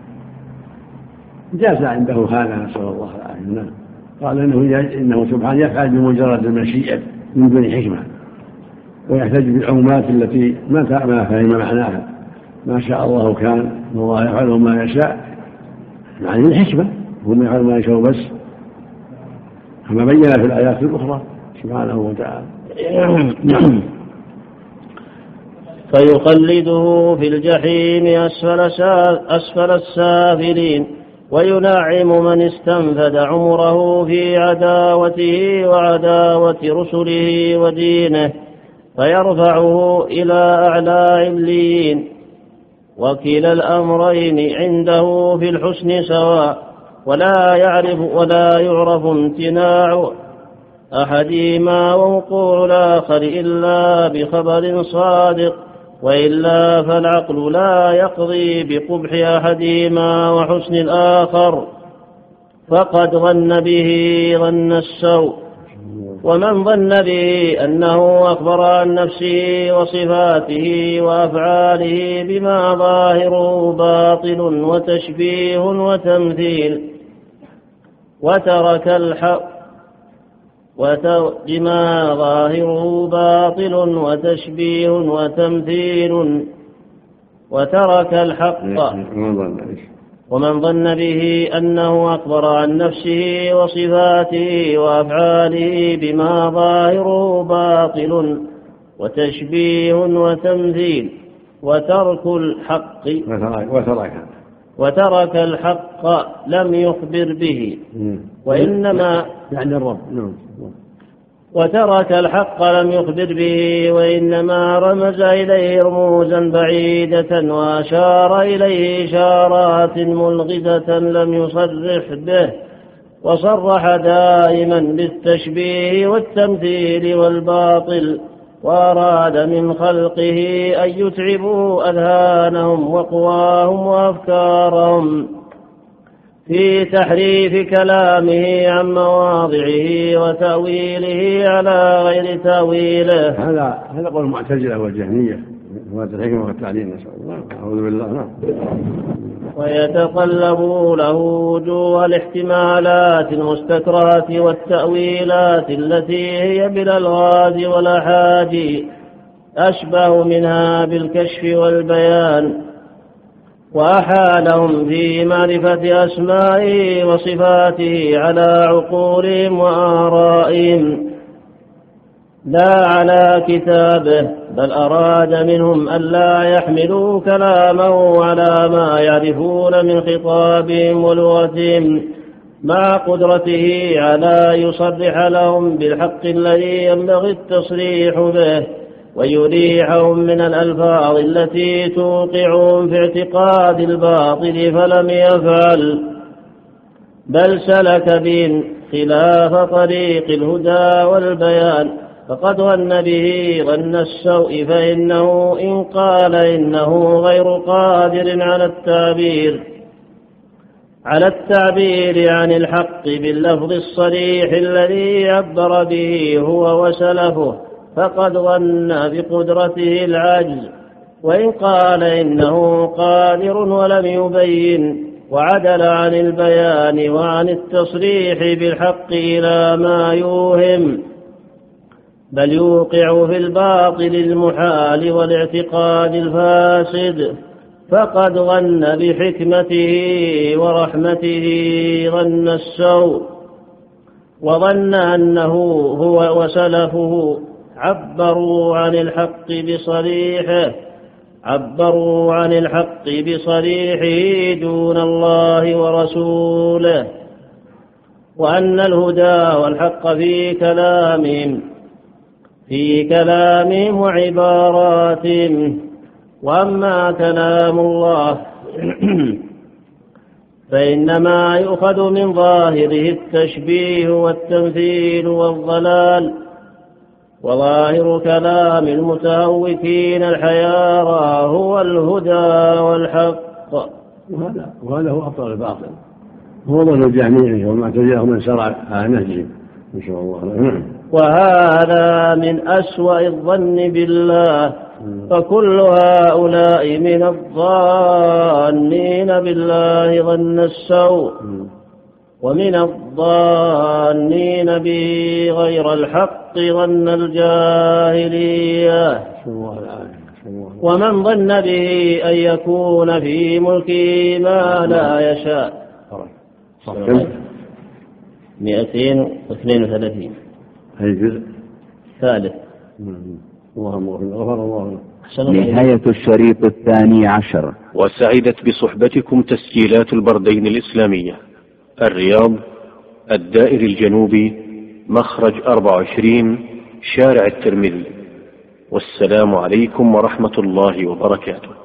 D: جاز عنده هذا نسأل الله العافية. قال إنه سبحانه يفعل بمجرد المشيئة من دون حكمة ويحتج بالعمومات التي ما فهم معناها ما شاء الله كان والله يفعل ما يشاء يعني الحكمة هو ما يفعل ما يشاء بس كما بين في الآيات الأخرى سبحانه وتعالى.
C: فيخلده في الجحيم أسفل السافلين وينعم من استنفد عمره في عداوته وعداوة رسله ودينه فيرفعه إلى أعلى عليين وكلا الأمرين عنده في الحسن سواء ولا يعرف امتناع أحدهما ووقوع الآخر إلا بخبر صادق وإلا فالعقل لا يقضي بقبح أحدهما وحسن الآخر فقد ظن به ظن السوء. ومن ظن به أنه أخبر عن نفسه وصفاته وأفعاله بما ظاهره باطل وتشبيه وتمثيل وترك الحق بما ظاهره باطل وتشبيه وتمثيل وترك الحق. ومن ظن به أنه أخبر عن نفسه وصفاته وأفعاله بما ظاهره باطل وتشبيه وتمثيل وترك الحق لم يخبر به وإنما
D: يعني الرب
C: وترك الحق لم يخبر به، وإنما رمز إليه رموزا بعيدة وأشار إليه إشارات ملغزة لم يصرح به، وصرح دائما بالتشبيه والتمثيل والباطل، وأراد من خلقه أن يتعبوا أذهانهم وقواهم وأفكارهم في تحريف كلامه عن مواضعه وتأويله على غير تأويله.
D: هذا قول المعتزلة والجهمية وهذا الحكمة والتعليم، نسأل الله. أعوذ بالله. نعم.
C: ويتقلب له وجوه الاحتمالات المستكرهة والتأويلات التي هي بالألغاز والأحادي أشبه منها بالكشف والبيان، وأحالهم في معرفة أسمائه وصفاته على عقولهم وآرائهم لا على كتابه، بل أراد منهم ألا يحملوا كلامه على ما يعرفون من خطابهم ولغتهم، مع قدرته على يصرح لهم بالحق الذي ينبغي التصريح به، ويريحهم من الألفاظ التي توقعهم في اعتقاد الباطل فلم يفعل، بل سلك بهم خلاف طريق الهدى والبيان، فقد ظن به ظن السوء، فإنه إن قال إنه غير قادر على التعبير عن الحق باللفظ الصريح الذي عبر به هو وسلفه، فقد ظن بقدرته العجز، وإن قال إنه قادر ولم يبين وعدل عن البيان وعن التصريح بالحق إلى ما يوهم، بل يوقع في الباطل المحال والاعتقاد الفاسد، فقد ظن بحكمته ورحمته ظن السوء، وظن أنه هو وسلفه عبروا عن الحق بصريحه دون الله ورسوله، وأن الهدى والحق في كلامهم وعباراتهم، وأما كلام الله فإنما يؤخذ من ظاهره التشبيه والتمثيل والضلال، وظاهر كلام المتهوكين الحيارى هو الهدى والحق.
D: وهذا هو أبطل الباطل، هو ظن الجهمية والمعتزلة من شرع نهجهم إن شاء الله.
C: وهذا من أسوأ الظن بالله، فكل هؤلاء من الظانين بالله ظن السوء، ومن الظانين به غير الحق ظن الجاهلية، ومن ظن به أن يكون في ملكه ما لا يشاء. 232
D: أي جزء
C: ثالث.
B: نهاية الشريط 12.
A: وسعدت بصحبتكم تسجيلات البردين الإسلامية، الرياض، الدائري الجنوبي، مخرج 24، شارع الترمذي. والسلام عليكم ورحمة الله وبركاته.